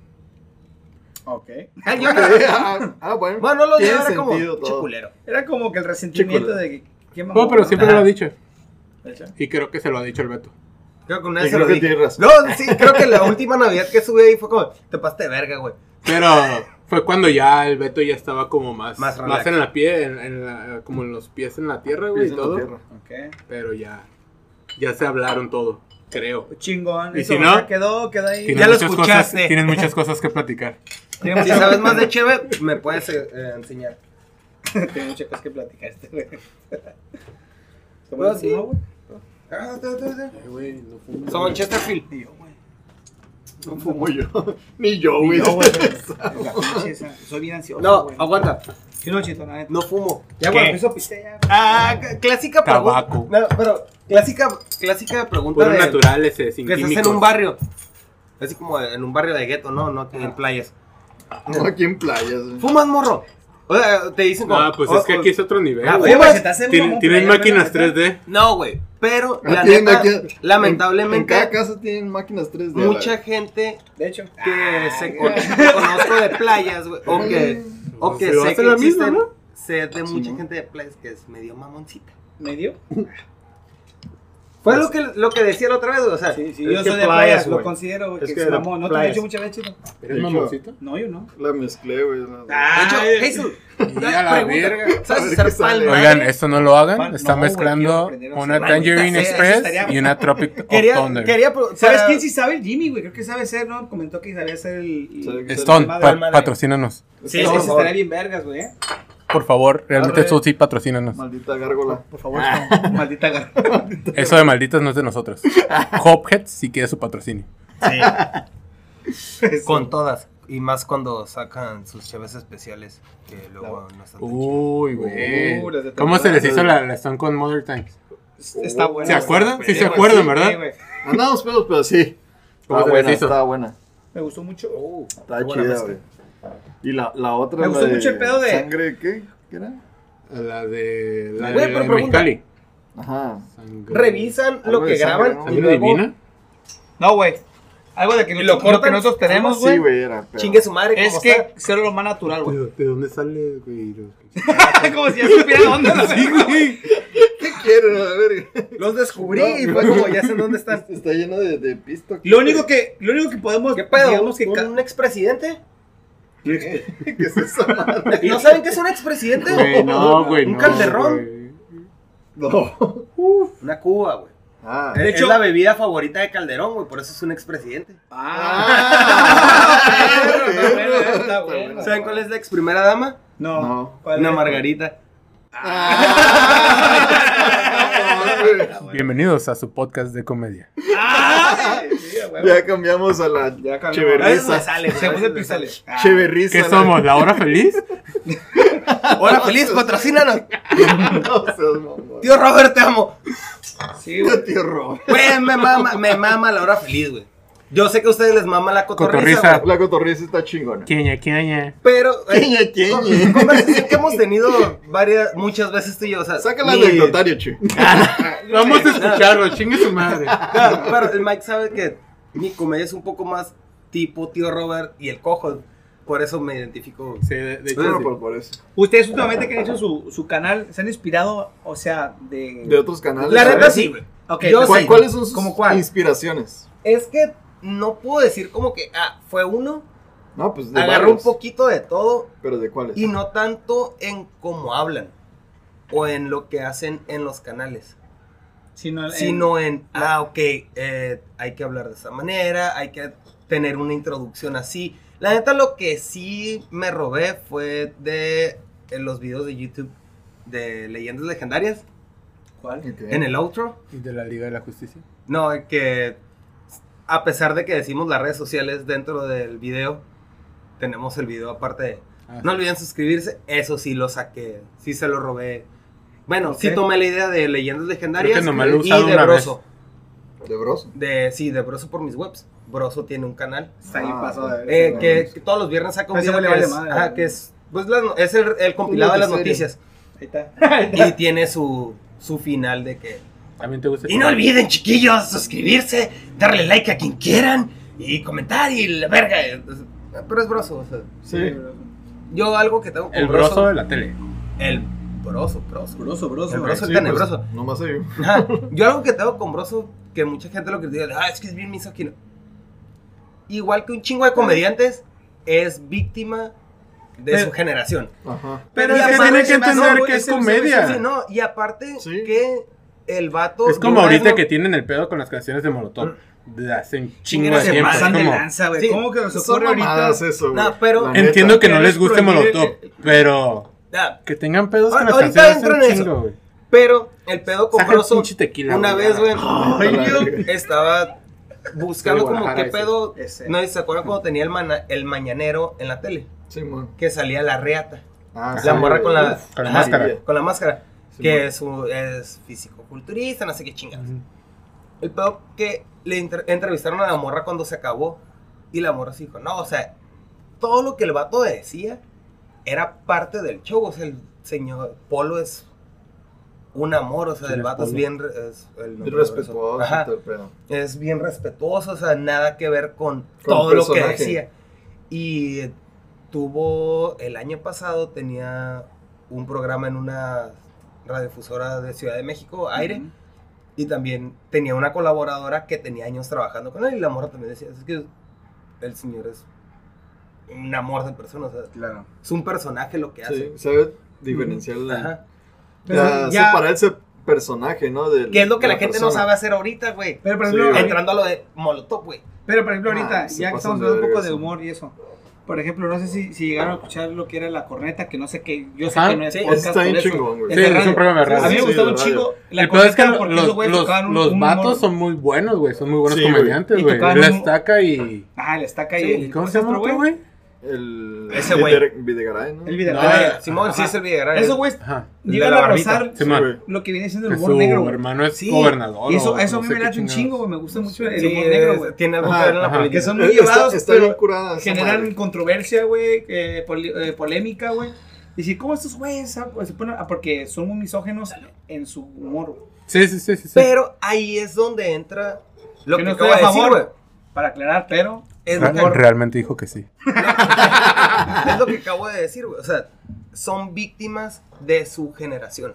Ok.
Ah, yo
ah, ah, bueno.
bueno, no lo
Tiene
odiaba, era como
sentido todo.
chiculero.
Era como que el resentimiento
Chico.
de que... ¿quién
No,
mamó,
pero
no?
siempre
Ajá.
lo ha dicho.
De hecho.
Y creo que se lo ha dicho el Beto.
Creo que una
Sí,
vez se
creo
lo
que
dije.
tienes razón.
No, sí, creo que la última Navidad que subí ahí fue como, te pasaste de verga, güey.
Pero fue cuando ya el Beto ya estaba como más,
Más
más,
relax.
en la pie, en, en la- como en los pies en la tierra, güey, y
Pies en la
todo.
tierra.
Ok.
Pero ya, ya se hablaron todo, creo.
Chingón.
Y
Eso,
si no,
o sea, quedó, quedó ahí.
Tienes
Ya lo
muchas
escuchaste.
Cosas, tienes muchas cosas que platicar.
Tiene
Si
muchas-
sabes más de Cheve, me puedes eh, eh, enseñar.
Tiene muchas cosas que platicar este güey. ¿Cómo
Pues
se
sí.
llama, güey?
Ah, da, da, da.
Ay, güey, no fumo.
Son Chesterfield.
Y yo, güey.
No fumo yo. Ni yo, güey.
Y yo, güey. La pinche esa. Soy bien ansioso,
No,
güey.
aguanta.
Sí, no, chito, la neta.
No fumo.
Ya,
¿Qué?
güey, empiezo a pistear.
Ah, c- clásica pregunta.
Tabaco.
No, pero clásica, clásica pregunta
Puros
de
naturales, eh, sin
que estás
químicos.
en un barrio. Así como en un barrio de gueto, ¿no? No aquí en playas.
No, aquí en playas, güey.
Fumas, morro. O sea, te dicen como.
Ah, pues
o-
es que
o-
aquí es otro nivel.
Ah,
güey.
Oye, güey,
fumas,
se te hace un
Tien-
mamón,
Tienen
pero ya
máquinas
no,
tres D.
No, güey. Pero
Ah,
la
tienen
neta,
aquí- En, en
lamentablemente,
cada casa tienen máquinas tres D.
mucha gente
De hecho.
que se con- que conozco de playas, güey, o que, o que
Pero
sé
hace
que
la misma,
existen,
¿no?
sé de mucha
¿no?
gente de playas que es medio mamoncita.
¿Medio?
Fue lo que, lo que decía la otra vez, güey, o sea,
Sí, sí,
es
yo
que
soy de
playas,
playas, lo
güey.
considero, güey,
Es
que
que
es
de
mamón. ¿No te lo he
playas.
dicho muchas veces, chito?
¿Eres
De hecho,
mamoncito?
No, yo no.
La mezclé, güey. no.
Ah,
De hecho,
eh.
Jesús,
Y a la
pregunta,
verga.
¿sabes
A ver
hacer
qué sale.
pan?
Oigan, esto no lo hagan.
Pan-
Está
no, güey,
mezclando
quiero aprender a
una
hacer-
Tangerine
Maldita sea,
Express
eso estaría-
y una Tropic of
Quería,
Thunder.
quería, pro-
¿Sabes
para-
quién sí sabe? El Jimmy, güey. Creo que sabe hacer, ¿no? Comentó que sabía hacer el... el-
Sabe-
Stone,
Madre,
pa-
madre.
patrocínanos.
Sí,
Ese
por
ese
favor.
estaría bien vergas, güey, ¿eh?
Por favor, realmente
Arre.
eso sí, patrocínanos.
Maldita gárgola.
Por favor, maldita garra.
Eso de malditas no es de nosotros. Hophead sí quiere su patrocinio.
Sí. Con todas. Y más cuando sacan sus chaves especiales, que luego no están tan chidas.
Uy, güey.
Uh, las de
¿Cómo se les hizo
temporada.
la, la Stone con Modern Times?
Está buena.
¿Se acuerdan? Sí,
Sí,
se
güey,
acuerdan,
sí,
¿verdad?
sí, güey.
Andamos pedos, pero sí.
¿Cómo
Estaba
se les
buena,
hizo?
estaba buena.
Me gustó mucho. Uh,
Estaba
Qué buena
chida,
mezcla.
güey. Y la, la otra,
Me
la
gustó
de
mucho el pedo de-
¿Sangre qué? ¿Qué era?
La de. La
Güey,
de
pero pregunta.
Mexicali.
Ajá.
Sangre-
Revisan
Algo
lo
de
que
sangre,
graban
¿no?
y
¿Sangre
luego
divina?
No, güey. Algo de que,
¿Y
no-
lo
lo, que
cortan?
nosotros tenemos,
Sí,
güey.
güey, era. pero-
chingue su madre.
Es
¿cómo
que
está?
ser lo más natural, güey.
¿De, de dónde sale, güey?
Como si ya supiera dónde la
Sí, güey.
¿Qué quieren? A ver.
Los descubrí
No,
y
no.
fue como, ya sé dónde están.
Está lleno de, de pisto. aquí,
Lo único
güey.
que, lo único que podemos,
¿Qué pedo?
digamos que ca-
¿Un expresidente?
¿Qué es esa madre?
¿No saben qué es un expresidente?
Güey, no, güey.
Un
no,
calderón.
güey.
No.
Una cuba, güey.
Ah.
De
Es
hecho-
la bebida favorita de Calderón, güey, por eso es un expresidente.
Ah,
Ah,
está bueno,
está
está
bueno.
bueno.
¿Saben cuál es la ex primera dama?
No.
No.
¿Cuál
Una
es?
margarita.
Ah,
Bienvenidos a su podcast de comedia.
Ah, sí, a huevo.
Ya cambiamos a la
Ya cambiamos.
A veces me
cheverriza.
sale, güey, a
Segundo
veces me sale.
episodio. Ah,
Cheverriza.
¿Qué
la-
somos? ¿La hora feliz?
Hola, feliz, patrocínanos.
No seas mamón.
Tío Robert, te amo.
Sí, güey.
Tío Ro.
Güey, me mama, me mama la hora feliz, güey. Yo sé que a ustedes les mama la cotorriza,
Cotorriza.
güey.
La cotorriza está chingona.
Queña, queña.
Pero, eh,
Queña, queña.
con- conversación que hemos tenido varias, muchas veces tú y yo, o sea.
Sácala
mi-
del anecdotario, che.
Vamos a escucharlo, chingue su madre.
No, pero el Mike sabe que mi comedia es un poco más tipo Tío Robert y el cojo. Por eso me identifico.
Sí, de, de hecho,
Bueno,
sí.
por, por eso.
Ustedes últimamente que han hecho su, su canal, ¿se han inspirado, o sea, de...
De otros canales.
La
¿sabes?
neta sí, güey.
Ok,
Yo
¿Cuál-
sí.
¿Cuáles son sus
¿Cómo cuál?
inspiraciones?
Es que no puedo decir como que, ah, fue uno.
No, pues de
Agarró
varios.
un poquito de todo
Pero ¿de cuáles?
y no tanto en cómo hablan o en lo que hacen en los canales,
Sino en-
sino en, ah, ok, eh, hay que hablar de esa manera, hay que tener una introducción así. La neta, lo que sí me robé fue de en los videos de YouTube de leyendas legendarias,
¿Cuál?
Ok.
en el outro.
¿Y de la Liga de la Justicia?
No, que a pesar de que decimos las redes sociales dentro del video, tenemos el video aparte de...
Ah,
No olviden suscribirse, eso sí lo saqué, sí se lo robé. Bueno,
Ok.
sí tomé la idea de leyendas legendarias
Creo que nomás lo he
y
usado
de
una
Broso.
De Broso.
De, sí, de Broso por mis webs. Broso tiene un canal
Está ahí
Ah,
pasado de
eh,
ver.
que, que todos los viernes saca un
Ese
video
güey le
que
vale
es,
madre,
ajá,
güey.
que es, pues, las no- es el, el compilado de las
noticiero.
noticias.
Ahí está.
Y tiene su, su final de que...
¿También te gusta?
Y no olviden, chiquillos, suscribirse, darle like a quien quieran y comentar y la verga. Pero es Broso, o sea,
Sí.
yo algo que tengo con
El broso de la tele.
El Broso, Broso.
Broso, broso.
El
güey.
broso
Sí,
tenebroso.
pues, nomás hay un-
Ajá. Yo algo que tengo con Broso, que mucha gente lo critica, ah, es que es bien misógino. Igual que un chingo de comediantes, es víctima de
Pero-
su generación.
Ajá.
Pero
Y
es que
aparte
tiene que
se me hace-
entender
no,
que es
ese- ese-
comedia.
sí, no, y aparte
Sí.
que el vato...
Es como
de una vez
ahorita
no-
que tienen el pedo con las canciones de Molotov. De hace un chingo
Chingan a
de
su
tiempo.
madre,
Es
Pasan de
como,
lanza, güey.
Sí.
¿Cómo que nos
Son
ocurre ahorita?
mamadas eso, güey.
No, pero-
La neta.
entiendo que no
Quieres
les guste
prohibir
Molotov,
el-
pero
Ah,
que tengan pedos con las
Ahorita
canciones es
entro
un
en eso.
chingo, güey.
pero el pedo con
Saca el
Broso,
pinche tequila,
una
güey,
vez,
ya.
güey,
Ay,
yo
Dios.
estaba buscando
De
como
Guadalajara
qué
ese.
pedo,
Ese.
no sé si se acuerdan cuando tenía el, mana- el mañanero en la tele,
Sí, man.
que salía la reata,
Ah,
la
sí,
morra con la,
uf,
con la
ajá,
máscara.
con la máscara,
Sí,
que
man.
es, un- es físico-culturista, no sé qué chingadas. El pedo que le inter- entrevistaron a la morra cuando se acabó, y la morra se dijo, no, o sea, todo lo que el vato decía era parte del show, o sea, el señor Polo es un amor, o sea,
¿Quién
el
es
vato es
Polo?
bien, re- es, el nombre
Bien
de eso.
respetuoso.
Ajá.
y todo el pedo.
Es bien respetuoso, o sea, nada que ver con,
Con
todo lo que
personaje.
decía. Y tuvo, el año pasado tenía un programa en una radiodifusora de Ciudad de México, Aire,
Ujú.
y también tenía una colaboradora que tenía años trabajando con él, y la morra también decía, es que el señor es un amor de persona, o sea,
Claro.
es un personaje lo que
Sí,
hace.
sabe diferenciar el-
Ajá.
ya,
Ya-
separar ese personaje, ¿no? Del-
Que es lo que
de
la gente no
persona.
sabe hacer ahorita, güey.
Pero por
Sí,
ejemplo,
güey.
Entrando a lo de Molotov, güey.
pero por ejemplo ahorita,
Ah, se
ya que
pasan
estamos
de
hablando un
verga
poco de
eso.
humor y eso. Por ejemplo, no sé si, si llegaron a escuchar lo que era la corneta, que no sé qué, yo sé
Ajá.
que no es
Sí,
podcast
está bien
por eso.
chingón, güey.
Es
Sí,
de
es
radio.
un programa de radio.
A mí me
Sí,
gustaba
de
un
radio.
chingo la
El pedo es que
corneta porque esos
los,
güeyes
los,
tocaban un-
los
un
vatos
humor-
son muy buenos, güey. Son muy buenos
Sí, güey.
comediantes,
Y
güey.
tocaban
La
un-
estaca y.
Ah, el estaca y
Sí,
el...
¿Y cómo se llama otro, güey?
El...
Ese güey.
Vide- Videgaray, ¿no?
El video.
No,
Ah, Simón, sí
Ajá.
es el Videgaray.
Eso, güey,
Ajá.
El
llegan
de la
a
barbita.
rozar
Sí, man.
güey.
lo que viene siendo el
Que
humor
su
negro, güey.
hermano es
Sí.
gobernador.
Y eso,
o
eso a
no
mí
sé
me
qué
late un
chingados.
chingo, güey. Me gusta mucho el
Sí,
humor negro, güey.
tiene algo que
Ajá,
ver en la
ajá.
política.
Que son muy
Está-
llevados,
está
pero
bien curada esa
generan
madre.
controversia, güey, eh, poli- eh, polémica, güey. Decir, ¿cómo estos güeyes ah, pues, se ponen? Ah, porque son muy misógenos en su humor, güey.
Sí, sí, sí, sí. sí.
Pero ahí es donde entra lo
Que
que
no
acabo
estoy
de
a
decir,
favor.
güey.
Para aclarar, pero
Es
Re-
lo que-
Realmente dijo que sí.
Es lo que acabo de decir, güey. O sea, son víctimas de su generación.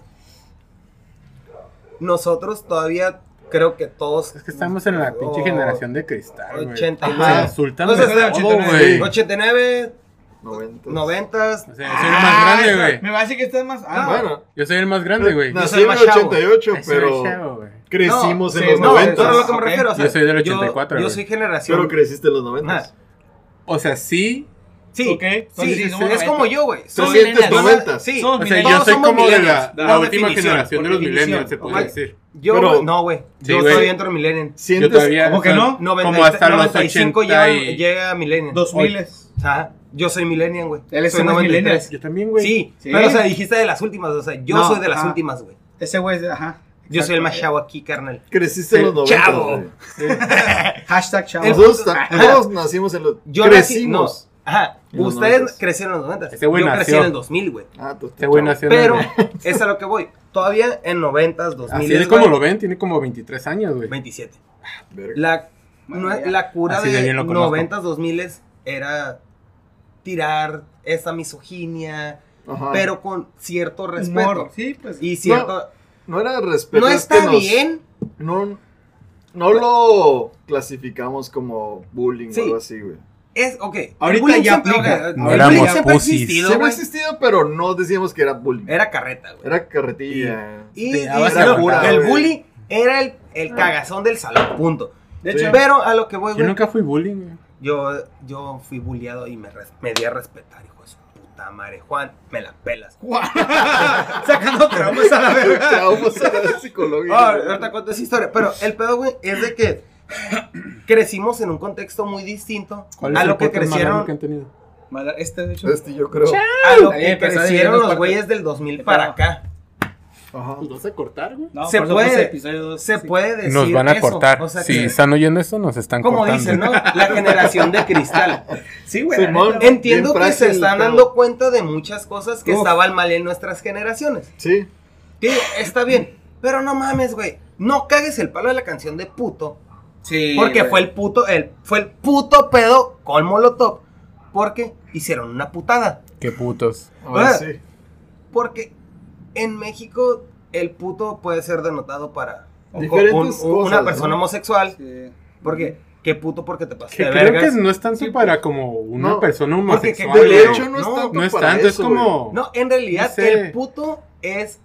Nosotros todavía creo que todos.
Es que estamos en la pinche
Oh,
generación de cristal, güey.
ochenta y
Se
nueve.
insultan
O sea,
de
de
todo,
ochenta y nueve.
güey.
ochenta y nueve,
noventa.
noventas.
O sea, yo soy el más grande, güey.
me parece que estás más. Ah,
Bueno,
Yo soy el más grande, güey.
No,
nací
soy
en
más
el
chavo.
ochenta y ocho,
Ay, soy
pero
chavo, güey.
crecimos
No,
en
sí,
los
no,
No,
noventa.
eso es a lo que me
Ok.
refiero. O sea,
Yo soy del
yo-
ochenta y cuatro,
Yo,
güey.
soy generación.
Pero creciste en los noventa.
Ajá.
O sea, sí.
Sí,
Ok, entonces
sí,
sí,
sí,
somos
es
noventa.
como yo, güey.
Te
Soy
sientes
millennials.
noventa.
Sí,
Somos
O sea,
todos
yo soy
somos
como de la,
millennials,
la
por
última
definición,
generación de
por
los millennials, se
definición.
puede
Ok.
decir.
Yo,
Pero-
güey, no, güey.
Sí,
Yo
güey.
estoy dentro de millennial.
Sientes
Yo todavía.
¿Cómo que
o sea,
no?
noventa,
Como hasta los
noventa y cinco
ochenta
llega,
y...
llega millennial.
Dos miles.
O sea, yo soy millennial, güey.
Él es
Soy
somos
noventa y tres.
millennials.
Yo también, güey.
Sí,
Sí.
pero o sea, dijiste de las últimas, o sea, yo
No,
soy de las
ajá.
últimas, güey.
Ese güey es de. Ajá.
Yo soy el más
Exacto.
chavo aquí, carnal.
Creciste en
Sí,
los noventa.
chavo.
güey.
Hashtag chavo.
El-
Nosotros, ta- todos nacimos en los.
Yo nací,
crecimos.
no, ajá,
En los
ustedes
noventas.
crecieron en los noventa.
Ese güey
Yo crecí
nació.
en el dos mil, güey.
Ah, tú-
Este güey
chavo.
nació en el-
Pero, es a lo que voy. Todavía en noventas, dos
Así
mil,
es como lo ven, tiene como veintitrés años, güey.
veintisiete.
Verga.
La,
Bueno,
no-
ya.
la cura
Así de
de
bien lo conozco.
noventas, dos mil era tirar esa misoginia,
Ajá.
pero con cierto respeto.
Humor. Sí, pues.
Y cierto...
No era respeto.
No,
es
está
que nos-
bien.
No, no lo clasificamos como bullying
Sí.
o algo así, güey.
Es, ok. el
Ahorita
bullying
ya
siempre-
aplica.
ok, el
No
bullying
éramos
siempre ha
pussies.
existido,
Siempre ha
güey.
existido, pero no decíamos que era bullying.
Era carreta, güey.
Era carretilla.
Y,
Te
y-
dabas
y
a
no,
cura,
el
güey.
bully era el, el cagazón del salón, punto.
De
Sí.
hecho,
Pero a lo que voy,
Yo
güey,
nunca fui bullying, güey.
yo, yo fui bulleado y me, res- me di a respetar, hijo de su puta madre. Juan, me la pelas.
sacando traumas a la verga.
Traumas a la psicología.
Ah, ahorita cuento esa historia. Pero el pedo, güey, es de que crecimos en un contexto muy distinto
¿Cuál es
a
el
lo que
podcast más largo
crecieron,
que han tenido?
Mala- Este, de hecho.
Este yo creo.
a lo
Ahí
que
empezó a
crecieron
dividirnos
los
parte.
güeyes del dos mil para acá.
Ajá.
Pues vas a cortar, güey.
No,
Se
por eso
puede-
puse episodio dos,
Se
sí.
puede decir
Nos van a
eso.
cortar.
O sea,
si
que-
están oyendo esto, nos están
como
cortando.
dicen, ¿no? La generación de cristal.
Sí, güey. la
Simón.
neta,
Entiendo
Bien
que se
frágil,
están
pero-
dando cuenta de muchas cosas que
Uf.
estaban mal en nuestras generaciones.
Sí.
Sí, está bien. Pero no mames, güey. No cagues el palo de la canción de puto.
Sí.
Porque
güey.
fue el puto, el, fue el puto pedo con Molotov. Porque hicieron una putada.
Qué putos.
Ahora
Ah.
sí.
Porque en México el puto puede ser denotado para un-
Diferentes
un-
cosas,
una persona
¿no?
homosexual.
Sí.
Porque, ¿qué puto porque te pasaste
Que
de
creo
vergas?
que no es tanto para como una
No,
persona
porque que-
homosexual.
de
De
güey.
hecho, no es
No,
tanto
no es
para
tanto, es
eso,
como...
No, en realidad
No sé.
el puto es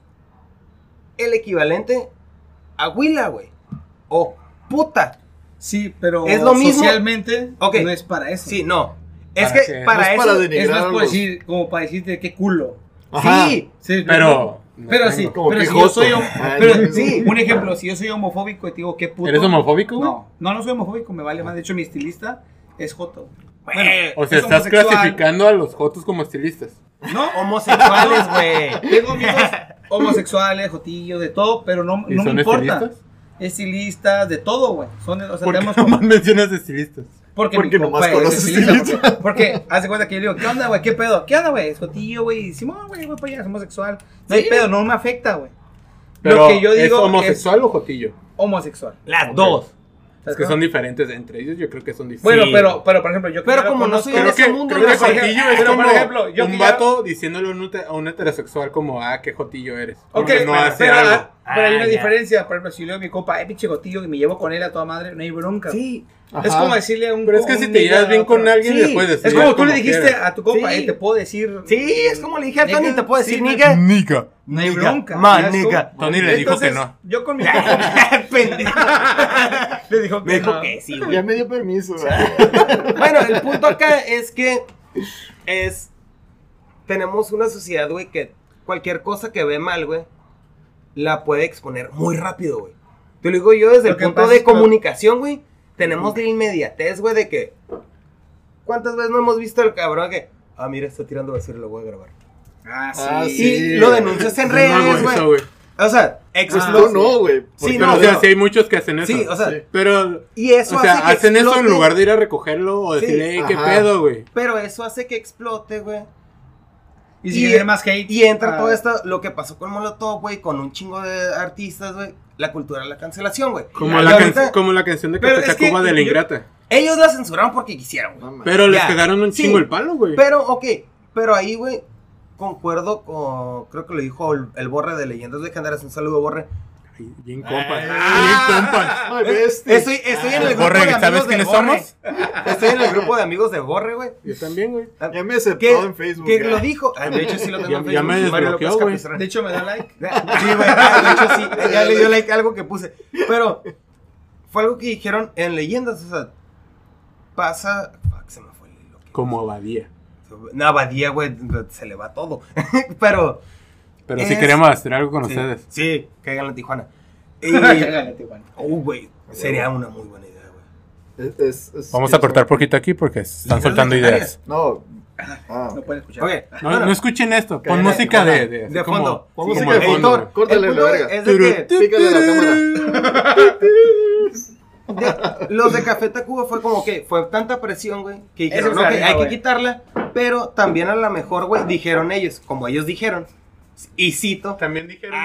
el equivalente a huila, güey. O puta.
Sí, pero
Es lo mismo.
socialmente
Ok.
no es para eso.
Sí, no. Es
¿Para
que
qué?
para
No es
eso...
para
Es
denigrar
más
a
por
los-
decir, como para decirte qué culo.
Ajá.
Sí.
Sí,
Pero... no
Pero
tengo.
sí,
Como
pero
que
si yo
joto.
soy hom-
Ah,
pero
no,
sí,
no.
un ejemplo, si yo soy homofóbico y te digo qué puto.
¿Eres homofóbico, güey?
No, no, no soy homofóbico, me vale más. De hecho, mi estilista es joto.
Güey,
O sea,
es
estás
homosexual.
clasificando a los jotos como estilistas.
No,
homosexuales, güey.
tengo amigos homosexuales, jotillos, de todo, pero no,
¿Y
no
son
me importa.
estilistas?
Estilistas, de todo, güey. Son, o sea,
¿Por qué
tenemos
nomás mencionas estilistas?
Porque,
Porque
mi
nomás
compa es
conoces
estilista,
estilista.
Porque, porque haz de cuenta que yo le digo, ¿qué onda, güey? ¿Qué pedo? ¿Qué onda, güey? Es jotillo, güey. Y Simón, güey, voy para allá, es homosexual. No hay
Sí.
pedo, no me afecta, güey.
Pero,
Lo que yo digo
¿es homosexual o jotillo?
es homosexual.
Las
Ok.
dos.
Es que son diferentes entre ellos, yo creo que son diferentes.
Bueno,
Sí.
pero, pero por ejemplo, yo que
Pero
ya lo
como no
conozco-
soy en
Creo
ese
que,
mundo,
creo que
no sé.
jotillo es
Pero,
como
por ejemplo, yo
un
que ya-
vato diciéndole a un, hete- a un heterosexual como, ah, qué jotillo eres.
Ok,
Porque no
pero,
hace
pero,
algo.
pero hay
Ah,
una
ya.
diferencia. Por ejemplo, si le digo a mi compa, eh, pinche jotillo, y me llevo con él a toda madre, no hay bronca.
Sí.
Es
Ajá.
como decirle a un.
Pero es que
un
si te
nigga
llevas
a
bien
otro.
con alguien,
Sí,
le puedes decir.
Es como tú le dijiste
quieras.
a tu compa,
Sí.
eh, te puedo decir.
Sí, es como le dije a Tony,
Nigga,
te puedo decir,
sí, no-
nigga.
Nica.
No hay
Nigga.
bronca.
Man,
¿sabes cómo?
nigga.
Tony le dijo que
Entonces,
no.
Yo con mi compa.
Pendejo.
le dijo que
Me dijo
no.
que sí,
Ya
güey.
me dio permiso, ¿verdad?
Bueno, el punto acá es que es tenemos una sociedad, güey, que cualquier cosa que ve mal, güey, la puede exponer muy rápido, güey. Te lo digo yo desde
Lo
el
que
punto
pasa
de
es que-
comunicación, güey. Tenemos la inmediatez, güey, de que ¿cuántas veces no hemos visto al cabrón que, ah, mira, está tirando basura, lo voy a grabar?
Ah, sí.
Ah,
Y
sí.
lo denuncias en
No,
redes,
eso,
güey. O sea,
Pues
explota.
tú no, güey.
Sí,
porque
no,
o sea,
no.
sí hay muchos que hacen eso.
Sí, o sea,
Sí.
Pero,
y eso
o sea,
hace que
hacen eso en
explote,
lugar de ir a recogerlo o
Sí,
decirle, "Ey, qué
ajá.
pedo, güey".
Pero eso hace que explote, güey.
Y si genera más hate.
Y entra
ah,
todo esto, lo que pasó con Molotov, güey, con un chingo de artistas, güey. La cultura de la cancelación, güey.
Como
Y
la,
ahorita,
can- como la canción de
Pero
Café
es que
Tacuba de la
yo-
Ingrata.
ellos la censuraron porque quisieron, güey.
No, man.
Pero les
Ya.
pegaron un
Sí.
chingo el palo, güey.
Pero, ok, pero ahí, güey, concuerdo con, creo que lo dijo el, el Borre de Leyendas Legendarias, un saludo, Borre.
Ay, bien compas.
Ay.
Bien compas.
Ay, bestia.
Estoy, estoy en el grupo
Borre,
de amigos
¿sabes
de
quiénes
Borre.
somos?
Estoy en el grupo de amigos de Borre, güey.
Yo también, güey.
Ya me aceptó
¿Qué?
en Facebook.
Que
ya.
lo dijo. Ah, de hecho, sí lo tengo
Ya-
en
ya
Facebook.
me
Mario
desbloqueó,
López
güey.
Capistrán.
De hecho, me da like.
Sí, güey, ah, de hecho sí, ya le dio like a algo que puse. Pero fue algo que dijeron en Leyendas, o sea, pasa... Fuck, se me fue el hilo.
Como Abadía.
No, Abadía, güey, se le va todo. Pero...
Pero sí
Es-
queremos hacer algo con
sí,
ustedes.
Sí, caigan en Tijuana. Y...
Cállate, Juan.
Oh, güey, sería una muy buena idea, güey.
Es- es- es-
Vamos
es-
a cortar poquito aquí porque están
Leyendas
soltando ideas.
No. Ah,
No pueden escuchar.
Ok,
No,
bueno,
no escuchen esto. Pon
Cállate,
música de, de,
de
así como-
fondo.
Pon
como
música
de
de
fondo,
fondo.
güey.
Córtale
el
la
punto
verga.
es de que
Pícale a la cámara.
de- los de Café Tacuba fue como que fue tanta presión, güey, que dijeron,
Eso es
ok,
la neta,
hay que
güey.
quitarla, pero también a lo mejor, güey, dijeron ellos, como ellos dijeron, y cito,
También dijeron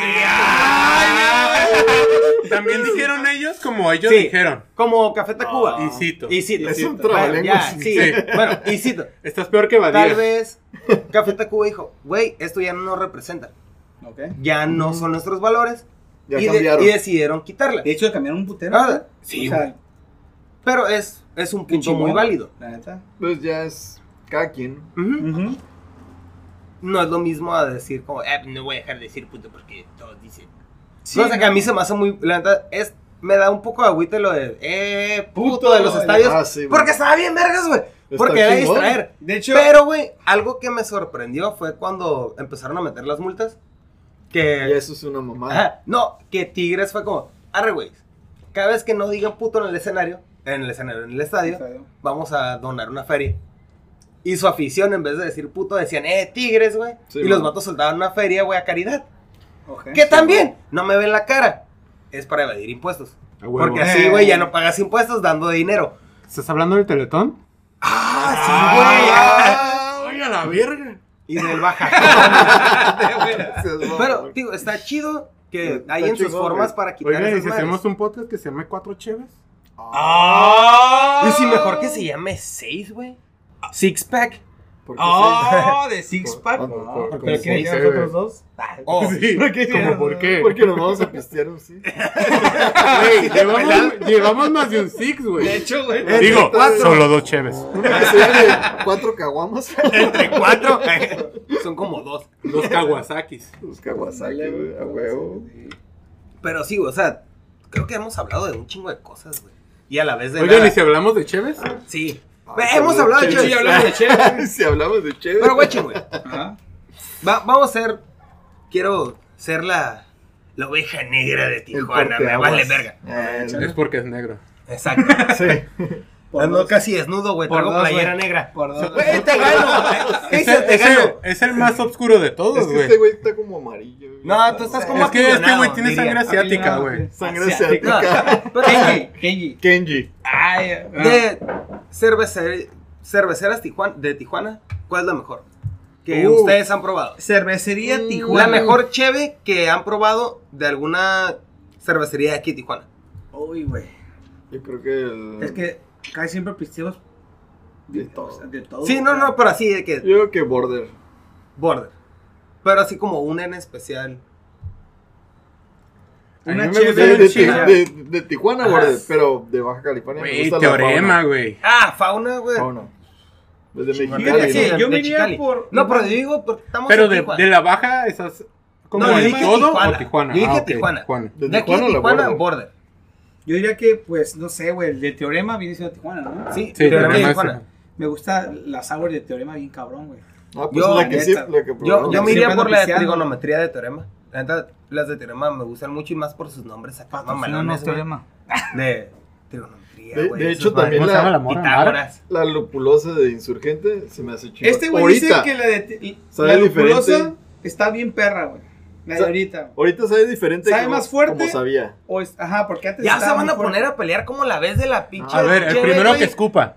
Ah.
ellos. También dijeron ellos como ellos
Sí.
dijeron.
como Café Tacuba.
Y cito.
Y cito.
Es
sí.
un
Bueno,
trabalenguas.
ya, sí.
Sí.
Bueno, y cito.
Estás peor que Badía.
Tal vez Café Tacuba dijo, güey, esto ya no nos representa,
Ok.
ya no son nuestros valores,
Ya
y, de-
cambiaron.
y decidieron quitarla.
De hecho, cambiaron un putero.
Ah,
güey.
sí,
O sea,
Pero es, es un
qué
punto
chingón,
muy válido.
La neta.
Pues ya es cada quien.
Ujú.
Ujú.
No es lo mismo a decir como, eh, no voy a dejar de decir puto porque todos dicen.
Sí,
No, o sea, que a
no.
mí se me hace muy, la neta, es, me da un poco de agüite lo de, eh, puto,
Puto,
de los estadios.
ah, sí, güey.
Porque estaba bien vergas, güey.
Está
Porque era
chingón.
distraer.
De hecho,
Pero, güey, algo que me sorprendió fue cuando empezaron a meter las multas.
Y
Que,
eso es una mamada.
ajá, no, que Tigres fue como, arre, güey, cada vez que no digan puto en el escenario, en el escenario, en el estadio,
Estadio.
vamos a donar una feria. Y su afición, en vez de decir puto, decían, eh, Tigres, güey.
Sí,
y los
man.
vatos soltaban una feria, güey, a caridad.
Ok.
Que también, no me ven la cara. Es para evadir impuestos.
A huevo.
Porque así, güey, ya no pagas impuestos dando dinero.
¿Estás hablando del Teletón?
Ah,
¡Ay, a la verga!
Y del baja.
Pero,
Pero, digo, está chido que
Está
hay en sus
chingón,
formas
güey.
para quitar
Oigan, ¿y
esas
si
madres?
hacemos un podcast que se llame Cuatro Cheves?
Y si mejor que se llame seis, güey. Six pack.
Oh, de Six Pack.
Por-
No,
por-
¿pero
por-
quieren
por-
que nosotros dos?
Oh,
Sí.
¿por qué?
¿Cómo por qué?
Porque nos vamos a pistear un sí.
Güey, llevamos, llevamos más de un six, güey.
De hecho, güey.
Digo,
cuatro.
solo dos cheves.
Una que sea de cuatro caguamas.
entre cuatro. Son como dos.
Dos Kawasakis.
Los Kawasaki, güey, a huevo.
Pero sí, güey, o sea, creo que hemos hablado de un chingo de cosas, güey. Y a la vez de
Oigan,
nada.
¿y si hablamos de cheves?
Sí.
Ah,
hemos
sí,
hablado de
chévere.
chévere.
Sí, hablamos de chévere.
Si hablamos de chévere.
Pero, güey, güey.
Ajá.
Va- vamos a ser. Quiero ser la. La oveja negra de
El
Tijuana. Me
porteaguas.
vale verga.
Eh,
Es porque es negro.
Exacto.
sí.
Por
Ando
dos.
casi desnudo, güey.
Por
Traigo
dos,
playera
güey.
negra.
Por dos.
Güey, te gano.
Es
Ese
el,
te
es
gano.
el- es el más oscuro de
Es
todos,
que
güey.
este güey está como amarillo. güey.
No, tú estás como
Es que este güey
apillonado,
tiene
diría.
sangre asiática, güey.
Sangre
Asiático.
asiática.
Pero,
Kenji, Kenji.
Kenji.
Ay, ah.
de cervecer- cerveceras Tijuana, de Tijuana, ¿cuál es la mejor? Que
Uh.
ustedes han probado.
Cervecería
Mm.
Tijuana.
La mejor cheve que han probado de alguna cervecería de aquí, Tijuana.
Uy, güey.
Yo creo que el.
Es que casi siempre pisteos de,
De todo.
de todo.
Sí, no, no, pero así de que
Yo creo que Border.
border. Pero así como una en especial.
A
Una
mí me
cheve
gusta
De,
el
de,
chile.
de, de Tijuana,
Ajá.
Border, pero de Baja California. me
Güey,
gusta la
teorema,
fauna.
güey.
Ah, fauna, güey.
Fauna. Desde
Chingón.
Mexicali,
Sí,
¿no?
yo
de
me iría
Chicali.
por-
No, pero yo digo, porque estamos
Pero
en
de,
Tijuana.
de la baja, esas. ¿Como
No, yo
de
dije
todo
Tijuana.
o Tijuana?
Yo dije
Ah, ok,
Tijuana.
Tijuana.
De
De aquí
Tijuana
a
o la
Tijuana,
Border.
border.
Yo diría que, pues, no sé, güey, el de Teorema viene siendo Tijuana, ¿no?
Sí,
Sí,
pero
Teorema
de
es-
Tijuana.
Me gusta la sour de Teorema bien cabrón, güey.
Ah, pues
Yo,
es la que sí,
neta,
la que
Yo,
probamos.
yo me iría
Siempre
por
ando
la de
pisteando.
trigonometría de Teorema. La neta, las de Teorema me gustan mucho y más por sus nombres acá.
Patrocínanos,
mamalones, güey.
Teorema.
De trigonometría. geometría,
De,
güey.
de
Eso
hecho,
es madre.
también
¿Cómo se llama la
la,
morra?
Pitágoras.
la lupulosa de Insurgente se me hace chingón.
Este güey dice
Ahorita,
que la de
sabe
la lupulosa
diferente.
está bien perra, güey. La de
Sa-
ahorita.
ahorita sabe diferente
¿Sabe
como,
más fuerte?
como sabía.
O es, ajá, porque antes
Ya se
estaba
van
muy
a poner
fuerte.
a pelear como la vez de la pinche.
A ver, el
cheve,
primero
güey.
que escupa.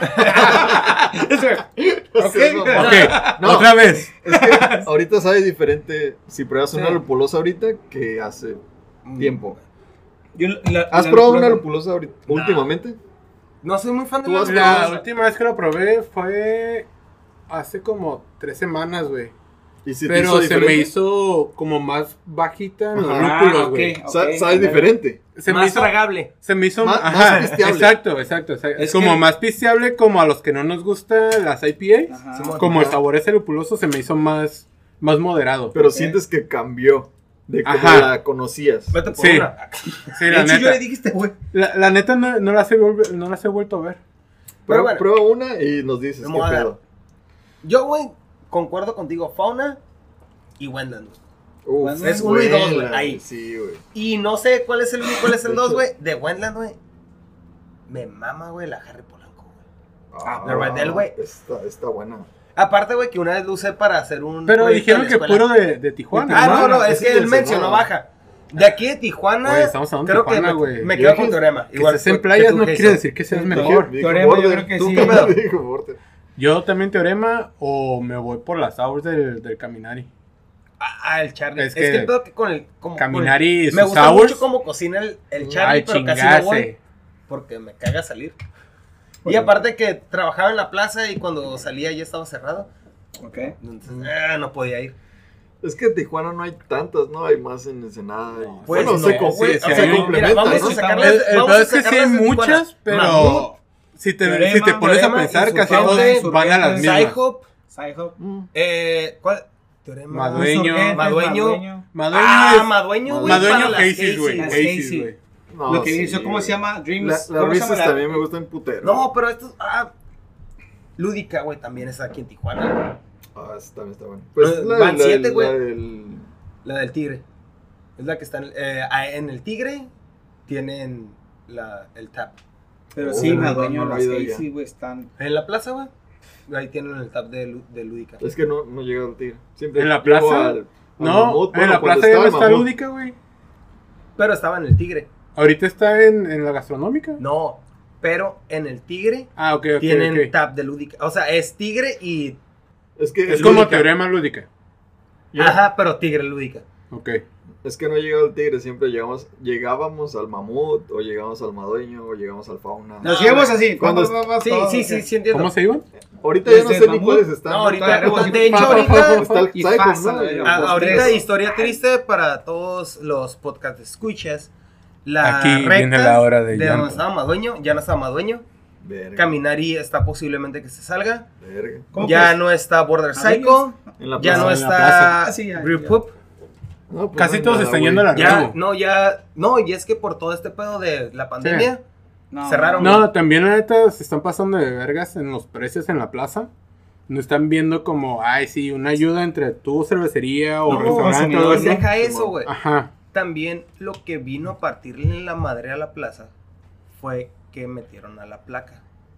Ok.
Sí, no,
Ok,
No.
otra vez.
Es que ahorita sabe diferente si pruebas una
Sí.
lupulosa ahorita que hace tiempo.
Yo, la-
¿Has
la
probado una
lupulosa-
lupulosa ahorita, últimamente?
No soy muy fan de
Tú
las
has
La
probado-
última vez que lo probé fue hace como tres semanas, güey.
¿Y si te
Pero
hizo
se
diferente?
me hizo como más bajita en los
Ajá.
lúpulos,
Ah,
güey.
ok.
Sa- sabe diferente.
Se me
más
hizo,
tragable.
se me hizo,
Más-
ajá,
más pisteable.
exacto, exacto, exacto.
Es
como
que-
más pisteable, como a los que no nos gustan las I P As.
Ajá.
Simón.
Como el
Ajá.
sabor ese lupuloso se me hizo más, más moderado.
Pero
Ok.
sientes que cambió de como
Ajá.
la conocías.
Vete por
Sí.
una.
Sí,
De
la
hecho, yo
neta.
le dije a este güey.
La, la neta no, no, las he volve- no las he vuelto a ver.
Pero
Prueba,
bueno.
prueba una y nos dices
Me
qué
voy a dar.
pedo.
Yo, güey, concuerdo contigo. Fauna y Wendland, güey.
Uf,
Es
uno y dos, güey,
buena,
ahí.
Sí, güey.
Y no sé cuál es el uno y cuál es el
De
dos,
hecho.
güey. De Wendland, güey. Me mama, güey, la Harry Polanco, güey.
Ah,
de Red Dead, güey.
Está, está buena.
Aparte, güey, que una vez lo usé para hacer un.
Pero
proyecto
dijeron
en la
que
escuela.
puro de, de Tijuana.
Ah, no, no,
Ese
es que
es
él
el
mencionó
Senado.
baja. De aquí de Tijuana.
Güey, estamos hablando de
creo
Tijuana,
que
güey.
me, me
Yo
quedo
dije
con Teorema.
Que estés en
que
playas
tú,
no
Jason.
quiere decir que seas
Dije-
mejor.
dije
Teorema, yo
border.
creo que
¿Tú
sí.
qué pedo? Dijo border.
Yo también teorema o me voy por las hours del, del Caminari.
Ah, el Charlie.
Es
Es,
que
que el pedo que con el. Como,
Caminari y
con el- Me
sus
gusta
hours.
mucho cómo cocina el, el Charlie,
Ay,
pero casi no
chingase.
voy. Porque me caga salir. Y
Bueno.
aparte que trabajaba en la plaza y cuando salía ya estaba cerrado.
Ok.
Entonces, eh, no podía ir.
Es que en Tijuana no hay tantas, ¿no? Hay más en Ensenada. Y...
Pues
bueno,
no,
se, com-
güey,
se
o sea,
complementa,
mira, vamos
¿no?
a sacarle-
El, el
vamos
peor
a
es que sí
sacarlas
hay
de Tijuana.
muchas, pero
Mamut,
si te,
Teorema,
si te pones a
Teorema,
pensar, casi
Insurgente,
todos van a las mismas.
Sci-Hop,
Sci-Hop.
Mm.
eh, ¿cuál? Teorema.
Madueño.
Insurgentes,
Madueño.
Madueño
Ah,
es-
Madueño, güey.
Madueño
para las
Casey's, güey.
Las
Casey's.
Casey's,
Casey.
güey.
No,
Lo que
sí,
hizo, ¿cómo
güey.
se llama? Dreams.
La- Las
¿cómo se llama
Reese's
la-
también me gustan putero.
No, pero esto ah, Lúdica, güey, también está aquí en Tijuana.
Ah, esa también está buena. Pues
Eh,
la,
van
la-
siete,
la
güey.
del-
La del Tigre. Es la que está en, eh, ah, en el Tigre. Tienen la, el tap.
Pero
Oh,
sí,
no,
Madueño,
no, no
las
he ido ya.
Casey, güey, están.
En la plaza, güey. Ahí tienen el tap de, Lu- de Lúdica.
Es que no, no llega al tigre. Siempre
¿En la
llego
plaza?
al- al
No,
Mamut.
en
Bueno,
la
cuando
plaza ya no
estaba
está
Mamut.
lúdica, güey.
Pero estaba en el Tigre.
Ahorita está en, en la gastronómica.
No, pero en el Tigre
Ah, ok, ok.
tienen
ok.
tap de Lúdica. O sea, es Tigre y.
Es que
Es como
lúdica.
teorema lúdica.
Yo-
Ajá, pero Tigre Lúdica.
Ok.
Es que no he llegado al tigre, siempre llegamos, llegábamos al mamut, o llegamos al madueño, o llegamos al fauna.
Nos llevamos así.
Cuando-
va, va, va,
Sí,
todo,
sí,
ok.
sí, sí entiendo.
¿Cómo se iban?
Ahorita ya no
Desde
sé
el
ni
mamut.
cuáles están.
No, ahorita,
Todavía
de hecho, ahorita,
Está el
Y
Psycho,
pasa,
¿no?
güey,
Los
a- ahorita
tres.
historia triste para todos los podcast escuchas. La
Aquí
recta
viene la hora de
de
llanto.
donde estaba Madueño, ya no está Madueño.
Verga,
Caminari está posiblemente que se salga.
verga.
¿Cómo
Ya
que?
no está Border
¿Madueño?
Psycho.
En la
Ya
plaza.
no
en la
está
plaza. Ah, sí, ya,
Brew
ya.
Pup.
No, pues
Casi
no hay
todos
nada,
están
güey.
yendo a la
Ya,
Rebo.
no, ya. No, y es que por todo este pedo de la pandemia.
No,
cerraron.
No, también la neta se están pasando de vergas en los precios en la plaza. No están viendo como, ay, sí, una ayuda entre tu cervecería o
No,
restaurante o algo
y
así.
deja eso, güey.
Ajá.
También lo que vino a partirle la madre a la plaza fue que metieron a la placa.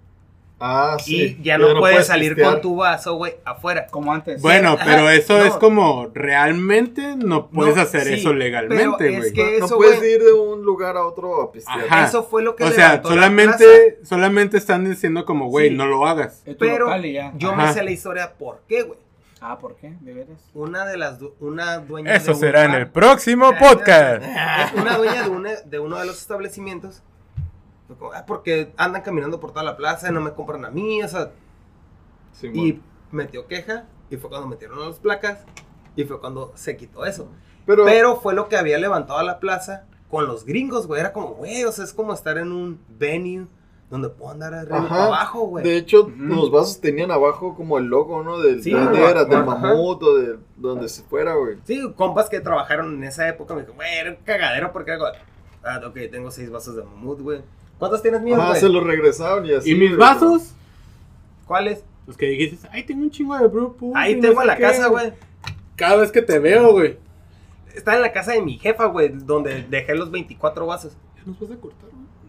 Ah, sí.
Y ya no, puedes salir
pistear.
con tu vaso, güey, afuera.
Como antes.
Bueno,
ajá,
pero eso
no.
es como, realmente no puedes
No,
hacer
sí,
eso legalmente,
pero es
güey.
que-
No
eso,
puedes
güey.
ir de un lugar a otro a pistear.
Ajá.
Eso fue lo que
O sea,
levantó la plaza.
solamente, solamente están diciendo como, güey,
Sí.
no lo hagas.
Es tu
Pero
local y ya.
yo
Ajá.
me sé la historia por qué, güey.
Ah, ¿por qué? ¿De veras?
Una de las, du- una dueña de
Eso
un
será en
bar-
el próximo
Ah,
podcast.
Una dueña de, una- de uno de los establecimientos. Fue como, "Ah, porque andan caminando por toda la plaza y no me compran a mí, o sea,
Sí,
y
man.
metió queja, y fue cuando metieron las placas, y fue cuando se quitó eso.
Pero,
Pero fue lo que había levantado a la plaza con los gringos, güey. Era como, güey, o sea, es como estar en un venue donde puedo andar arriba y
Ajá.
abajo, güey.
de hecho,
Ujú.
los vasos tenían abajo como el logo, ¿no? Del
Sí,
del
güey.
Deras, del
Ajá.
mamut o de donde se fuera, güey.
Sí, compas que trabajaron en esa época me dijeron, güey, era un cagadero porque era como, ah, ok, tengo seis vasos de mamut, güey. ¿Cuántos tienes míos,
Ajá,
güey?
se los regresaron y así.
¿Y mis
güey,
vasos?
¿Cuáles?
Los que dijiste, ay, tengo un chingo de brew pub
Ahí
y no
tengo
sé
en la
qué".
casa, güey.
Cada vez que te veo, güey.
Está en la casa de mi jefa, güey, donde dejé los veinticuatro vasos.
¿Ya nos vas a cortar, güey?
No, tranquilo.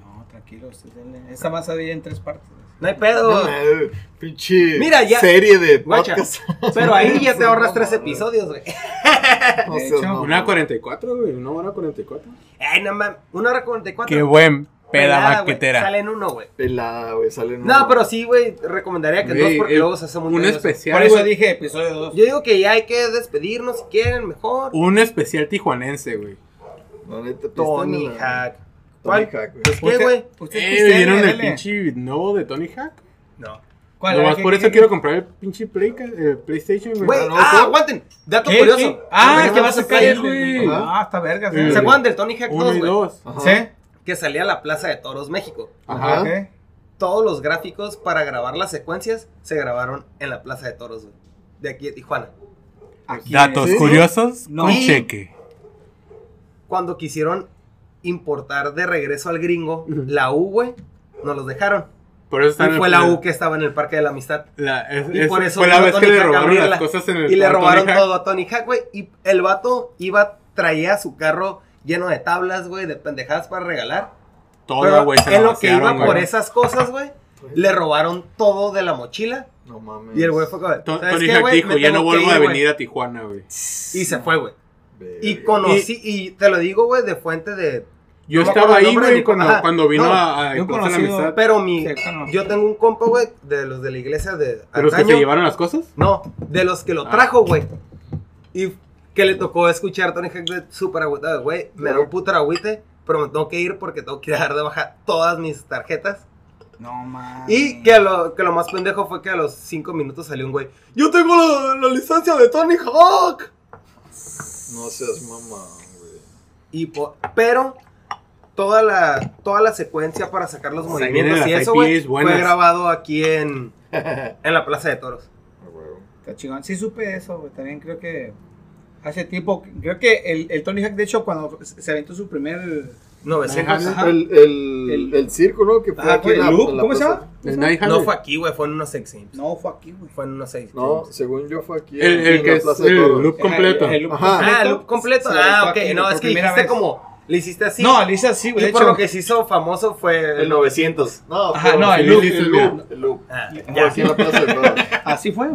tranquilo, usted denle. Esta más había en tres partes.
No hay pedo.
No, eh, pinche
Mira, ya-
serie de
Guacha,
podcast.
pero ahí ya te
No,
ahorras tres
no,
episodios, güey.
no
De
seas
hecho,
mamón.
Una cuarenta y cuatro, güey. Una hora cuarenta y cuatro.
Ay, no mames, una hora cuarenta y cuatro.
Qué buen peda
Pelada, güey,
maquetera.
Sale en uno, güey.
Pelada, güey, salen.
No, pero sí, güey, recomendaría que
Güey,
dos porque
el-
luego se hace muy
Un
tedioso.
especial,
Por eso
güey.
dije episodio dos.
Yo digo que ya hay que despedirnos si quieren, mejor.
Un especial tijuanense, güey.
La neta,
Tony
pistean, la-
Hack.
Tony
¿Cuál?
Hack, güey.
Pues qué, güey.
¿Usted
Eh,
pistea,
¿vieron el
dale.
pinche nuevo de Tony Hawk?
No.
¿Cuál?
Nomás
¿Qué,
por
qué,
eso
qué,
quiero
qué?
comprar el pinche Play, el PlayStation, güey.
Güey,
Ah, no,
ah,
¿cómo?
aguanten. Dato
¿Qué?
curioso.
¿Qué? Ah,
Ahorita
que va a
vamos
sacar
caer,
el...
güey.
Ah, está vergas,
Sí.
¿eh?
¿Se acuerdan del Tony Hawk
Uno
dos,
y
güey?
dos.
Ajá.
¿Sí?
Que salía a la Plaza de Toros, México.
Ajá.
Ok.
Todos los gráficos para grabar las secuencias se grabaron en la Plaza de Toros, güey. De aquí de Tijuana.
Aquí
Datos
¿Sí?
curiosos
No.
con
Sí.
cheque.
Cuando quisieron importar de regreso al gringo
Ujú.
la U, güey, nos los dejaron.
Por eso está
Y
en el-
fue la U que estaba en el Parque de la Amistad.
La, es-
Y
es-
por eso
fue la
vino
vez que
Tony
le
Hawk a
robaron
abrirla.
las cosas en el
Y le
a Tony
robaron
Hawk.
todo a Tony Hawk, güey. Y el vato iba, traía su carro lleno de tablas, güey, de pendejadas para regalar.
Todo,
Pero
güey, se
en
lo
lo que iba
vaciaron,
por
güey.
esas cosas, güey, le robaron todo de la mochila.
No mames.
Y el güey fue como,
To-
¿sabes
Tony
qué,
Hawk
güey?
dijo,
Me
ya no
tengo que
vuelvo a
ir, güey".
venir a Tijuana, güey.
Y se fue, güey.
Verga.
Y conocí, y te lo digo, güey, de fuente de...
Yo
no me
estaba
acuerdo el
ahí,
nombre de
güey,
mi-
cuando,
Ajá.
cuando vino
No,
a, a
de un
Plaza de la
conocido.
Amistad.
Pero mi...
Sí, claro.
Yo tengo un compa, güey, de los de la iglesia de
¿De los que
antaño.
se llevaron las cosas?
No, de los que lo
Ah.
trajo, güey. Y que le tocó escuchar a Tony Hawk, güey, súper agüitado, güey. Me da un puto agüite, pero me tengo que ir porque tengo que dar de baja todas mis tarjetas.
No mames.
Y que lo, que lo más pendejo fue que a los cinco minutos salió un güey. Yo tengo la, la licencia de Tony Hawk.
No seas mamá, güey.
Y po- pero toda la, toda la secuencia para sacar los
Se
movimientos
vienen
y
las
eso,
I P As
güey, fue
buenas.
grabado aquí en, en la Plaza de Toros.
A huevo.
Está chingón. Sí supe eso, güey. También creo que hace tiempo, creo que el, el Tony Hawk, de hecho, cuando se aventó su primer...
novecientos.
Ajá.
El, el,
El-
el circo, ¿no? Que fue
Ajá,
aquí en la,
Loop,
en la
¿cómo se
plaza.
llama?
El Night
No
Hunter.
fue aquí, güey, fue en unos sex games.
No, fue aquí, güey.
Fue en unos sex
No,
games.
según yo fue aquí.
El,
en
el
la
que es
Plaza de
el
Toros.
loop completo.
El, el loop
Ajá.
completo.
Ah, el loop completo.
Se
Ah,
aventó
ok.
aquí
No,
por
es que
primera
dijiste
vez.
como. Le hiciste así.
No, Lisa sí, güey.
Y
De
por
hecho,
lo que se hizo famoso fue
El novecientos. No,
Ajá,
fue-
no, el
sí,
loop,
sí,
el
el
loop.
loop. El loop.
Ah,
Fue
ya.
aquí en la Plaza de Toros.
así fue.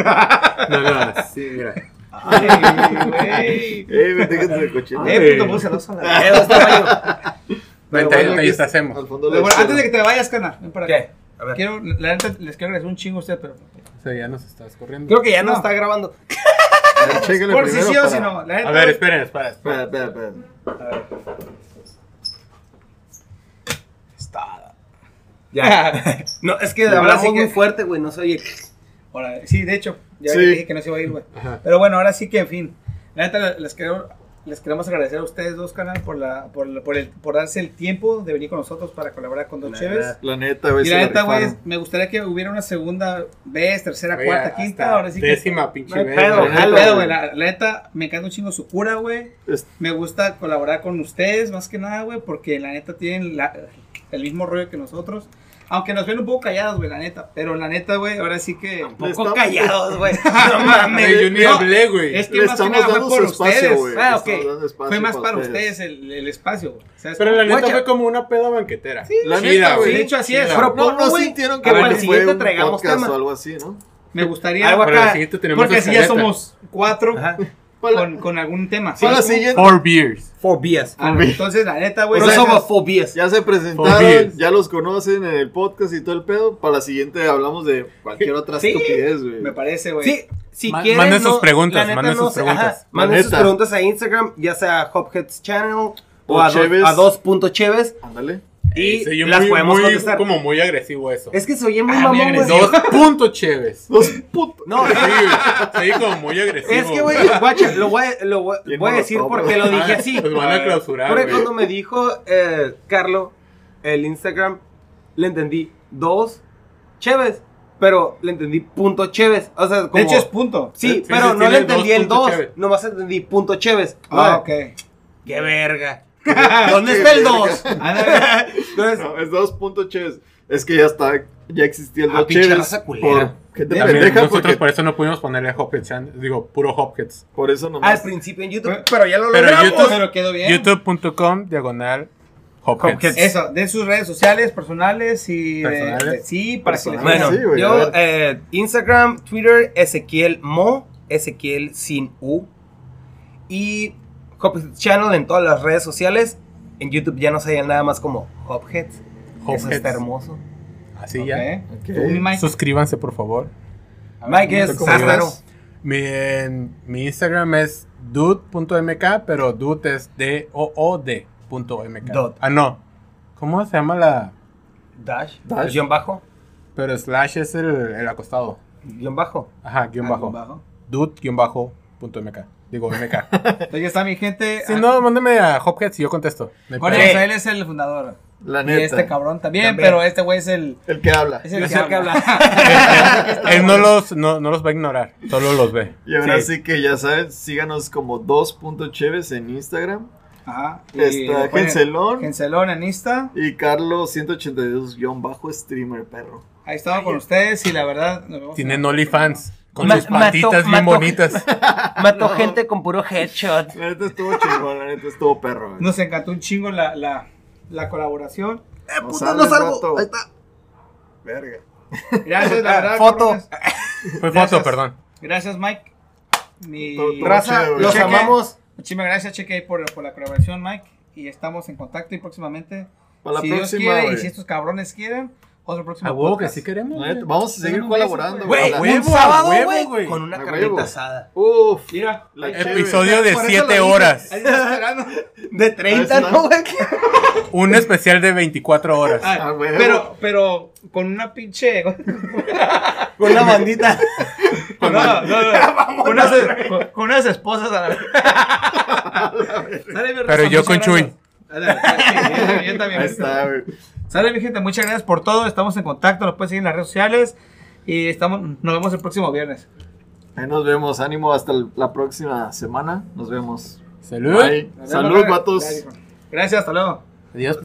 No, no, sí, mira.
Ay, güey.
Eh, me déjate de cochino.
Eh, puto, puse dos a la-
Eh, dos tamaños.
Vente,
bueno,
ahí
aquí
te hacemos.
Al fondo de
Pero
la
bueno, antes de
izquierda.
que te vayas, Cana, ven para acá.
¿Qué? A ver.
Quiero, la neta, les quiero agradecer un chingo a usted, pero...
O sea, ya nos estás corriendo.
Creo que ya no,
No.
está grabando.
A ver, chéquenle
Por si
primero
sí o
para-
si no. La neta,
A ver, esperen, esperen.
Espera, espera, espera.
A ver. Está...
Ya. No, es que
Ahora
hablamos
sí que-
muy fuerte, güey. No soy el.
Ahora, sí, de hecho, ya
Sí.
dije que no se iba a ir, güey.
Ajá.
Pero bueno, ahora sí que, en fin. La neta, les quiero... Les queremos agradecer a ustedes dos, canal, por la por, la- por, el, por darse el tiempo de venir con nosotros para colaborar con Don
Nada.
Cheves.
La neta, güey.
Y
se
la
la
neta, güey,
rifaron.
me gustaría que hubiera una segunda vez, tercera,
Oye,
cuarta,
hasta
quinta. Ahora sí que.
décima pinche
No hay
vez,
pedo,
güey.
No hay
jalo,
pedo,
güey.
güey. La, la neta, me encanta un chingo su cura, güey.
Es-
Me gusta colaborar con ustedes, más que nada, güey, porque la neta tienen la- el mismo rollo que nosotros. Aunque nos ven un poco callados, güey, la neta. Pero la neta, güey, ahora sí que.
Un poco
estamos-
callados, güey. No mames.
Güey, yo ni
No,
hablé, güey.
Es que
Le
más que
estamos
nada fue
dando
por
su espacio,
ustedes.
güey.
Ah,
Le
ok.
estamos dando espacio
Fue más para ustedes el, el espacio, güey. ¿Sabes
Pero
cómo?
la neta
Guacha.
fue como una peda banquetera. Sí,
La neta, güey.
De hecho, así es.
Chida.
Pero-
No, no
güey,
sintieron
que
que
para el
fue
siguiente
un
traigamos
podcast
tema.
o algo así, ¿no?
Me gustaría.
Algo
Para la
acá.
siguiente tenemos
Porque así ya
escaleta.
somos cuatro
Ajá.
Para la-
con, con algún tema.
para la
¿sabes cómo?
siguiente,
Four beers.
Fobias.
Ah, entonces, la neta, güey.
Pues,
Crossover
gracias.
fobias.
ya se presentaron,
Fobias.
ya los conocen en el podcast y todo el pedo. Para la siguiente hablamos de cualquier otra
Sí.
estupidez, güey.
Me parece, güey.
Sí, si
Ma-
quieren.
manden sus
no,
preguntas,
la neta
manden
no
sus
sé,
preguntas.
ajá, manden
La
sus
neta.
preguntas a Instagram, ya sea a Hopheads Channel o,
O
a, do-
Cheves.
a dos punto cheves.
Ándale.
Y
Se oye
las
muy,
podemos
muy-
contestar.
como muy agresivo eso.
Es que se oye muy
Ah, muy
mamón, güey.
agresivo.
Dos puntos chéves.
Dos putos.
No,
Sí, güey. Se oye como muy agresivo.
es que, güey, guacha, lo voy a, lo voy,
Bien
voy a decir
molotov,
porque
güey.
lo dije así.
Los van a clausurar,
Porque
güey.
cuando me dijo eh, Carlo el Instagram, le entendí dos cheves, pero le entendí punto cheves. O sea, como...
De hecho, es punto.
Sí,
Sí,
pero
sí,
no le
tiene
entendí
dos
el
punto
dos,
cheves.
nomás entendí punto cheves.
Ah,
Ah,
ok.
¡Qué verga! ¿Dónde está el dos?
Ándale.
Entonces,
No, es dos puntos cheves. Es que ya está, ya existía el
Ah,
dos
pinche
cheves.
raza culera.
¿Qué te
También
pendeja?
nosotros
Porque
por eso no pudimos ponerle Hopheads Channel. Digo, puro Hopheads.
por eso
al
nomás.
principio en YouTube, pero ya lo
Pero
logramos.
YouTube-
Pero quedó bien.
youtube punto com diagonal Hopheads.
Eso, de sus redes sociales, personales y de-
Personales.
de- sí, para que les
Bueno,
Sí, güey, a
yo,
ver.
eh, Instagram, Twitter, Ezequiel Mo, Ezequiel sin U. Y Hopheads Channel en todas las redes sociales. En YouTube ya no se hallan nada más como Hopheads. Eso
Hopheads.
está hermoso.
Así ya.
Ok.
Ok.
Tú, mi Mike.
Suscríbanse, por favor.
Mike es
¿cómo
Cásaro.
estás?
Mi, en- mi Instagram es dude punto m k, pero dude es D O O D punto M K.
Dot.
Ah, no. ¿Cómo se llama la...?
Dash.
Dash.
Guión bajo.
Pero slash es el, el acostado.
Guión bajo.
Ajá, guión
Ah,
bajo.
guión bajo.
Dude, guión bajo, punto M K. Digo, M K.
Entonces ya está mi gente.
Si
Ah,
no, mándame a Hopheads y yo contesto. No hay
Jorge,
pedo.
Sí.
o sea, él es el fundador.
La
Y
neta.
este cabrón también,
También.
pero este güey es el,
El que habla.
es el
Yo
que
soy el que
habla.
Él no los, no, no los va a ignorar, solo los ve.
Y ahora
Sí.
sí que ya saben, síganos como dos punto cheves en Instagram.
Ajá. Y
Está
lo ponen-
Gencelón.
Gencelón en Insta.
Y Carlos ciento ochenta y dos guión bajo streamer, perro.
Ahí estamos con ustedes y la verdad nos vemos
Tienen
en-
OnlyFans con
Ma-
sus patitas
mató-
bien
mató-
bonitas.
Mató gente con puro headshot.
La neta estuvo chingón, la neta estuvo perro. güey.
Nos encantó un chingo la, la, la colaboración.
Eh,
No
puta,
sales,
no salgo.
vato.
Ahí está.
Verga.
Gracias, la verdad.
Foto.
cabrones.
Fue
Gracias.
foto, perdón.
Gracias, Mike. Mi
Todo- todo
Raza,
chido, güey.
los
Cheque.
amamos.
Muchísimas gracias, Cheque, ahí por, por la colaboración, Mike. Y estamos en contacto y próximamente,
Para la
si Dios
próxima,
quiere y
güey.
si estos cabrones quieren, otro próximo
A huevo que
podcast.
sí queremos.
La neta,
güey.
vamos a seguir
Un
colaborando,
beso,
güey.
Güey,
La-
un
huevo,
sábado,
huevo,
güey,
güey.
con una
A
carnita
huevo.
asada.
Uf.
Mira,
La
ahí-
chévere.
Episodio de
Por eso
siete
lo dije.
horas.
Ahí está esperando.
De treinta,
Ahí está.
¿no, güey?
Un especial de veinticuatro horas.
Ah,
Ah, huevo.
pero, pero con una pinche.
Con la bandita.
No, no, no. Con unas, con, con unas esposas a la vez. Sale, mi
Pero
raza,
yo
muchas
con Chuy.
gracias. Dale, sí, yo, yo también.
Ahí está, güey.
Sale, mi gente, muchas gracias por todo. Estamos en contacto, nos pueden seguir en las redes sociales. Y estamos, nos vemos el próximo viernes.
Ahí nos vemos. Ánimo hasta el- la próxima semana. Nos vemos.
Salud.
Bye.
Nos vemos,
Salud,
gracias.
vatos.
Gracias, hasta luego.
Adiós.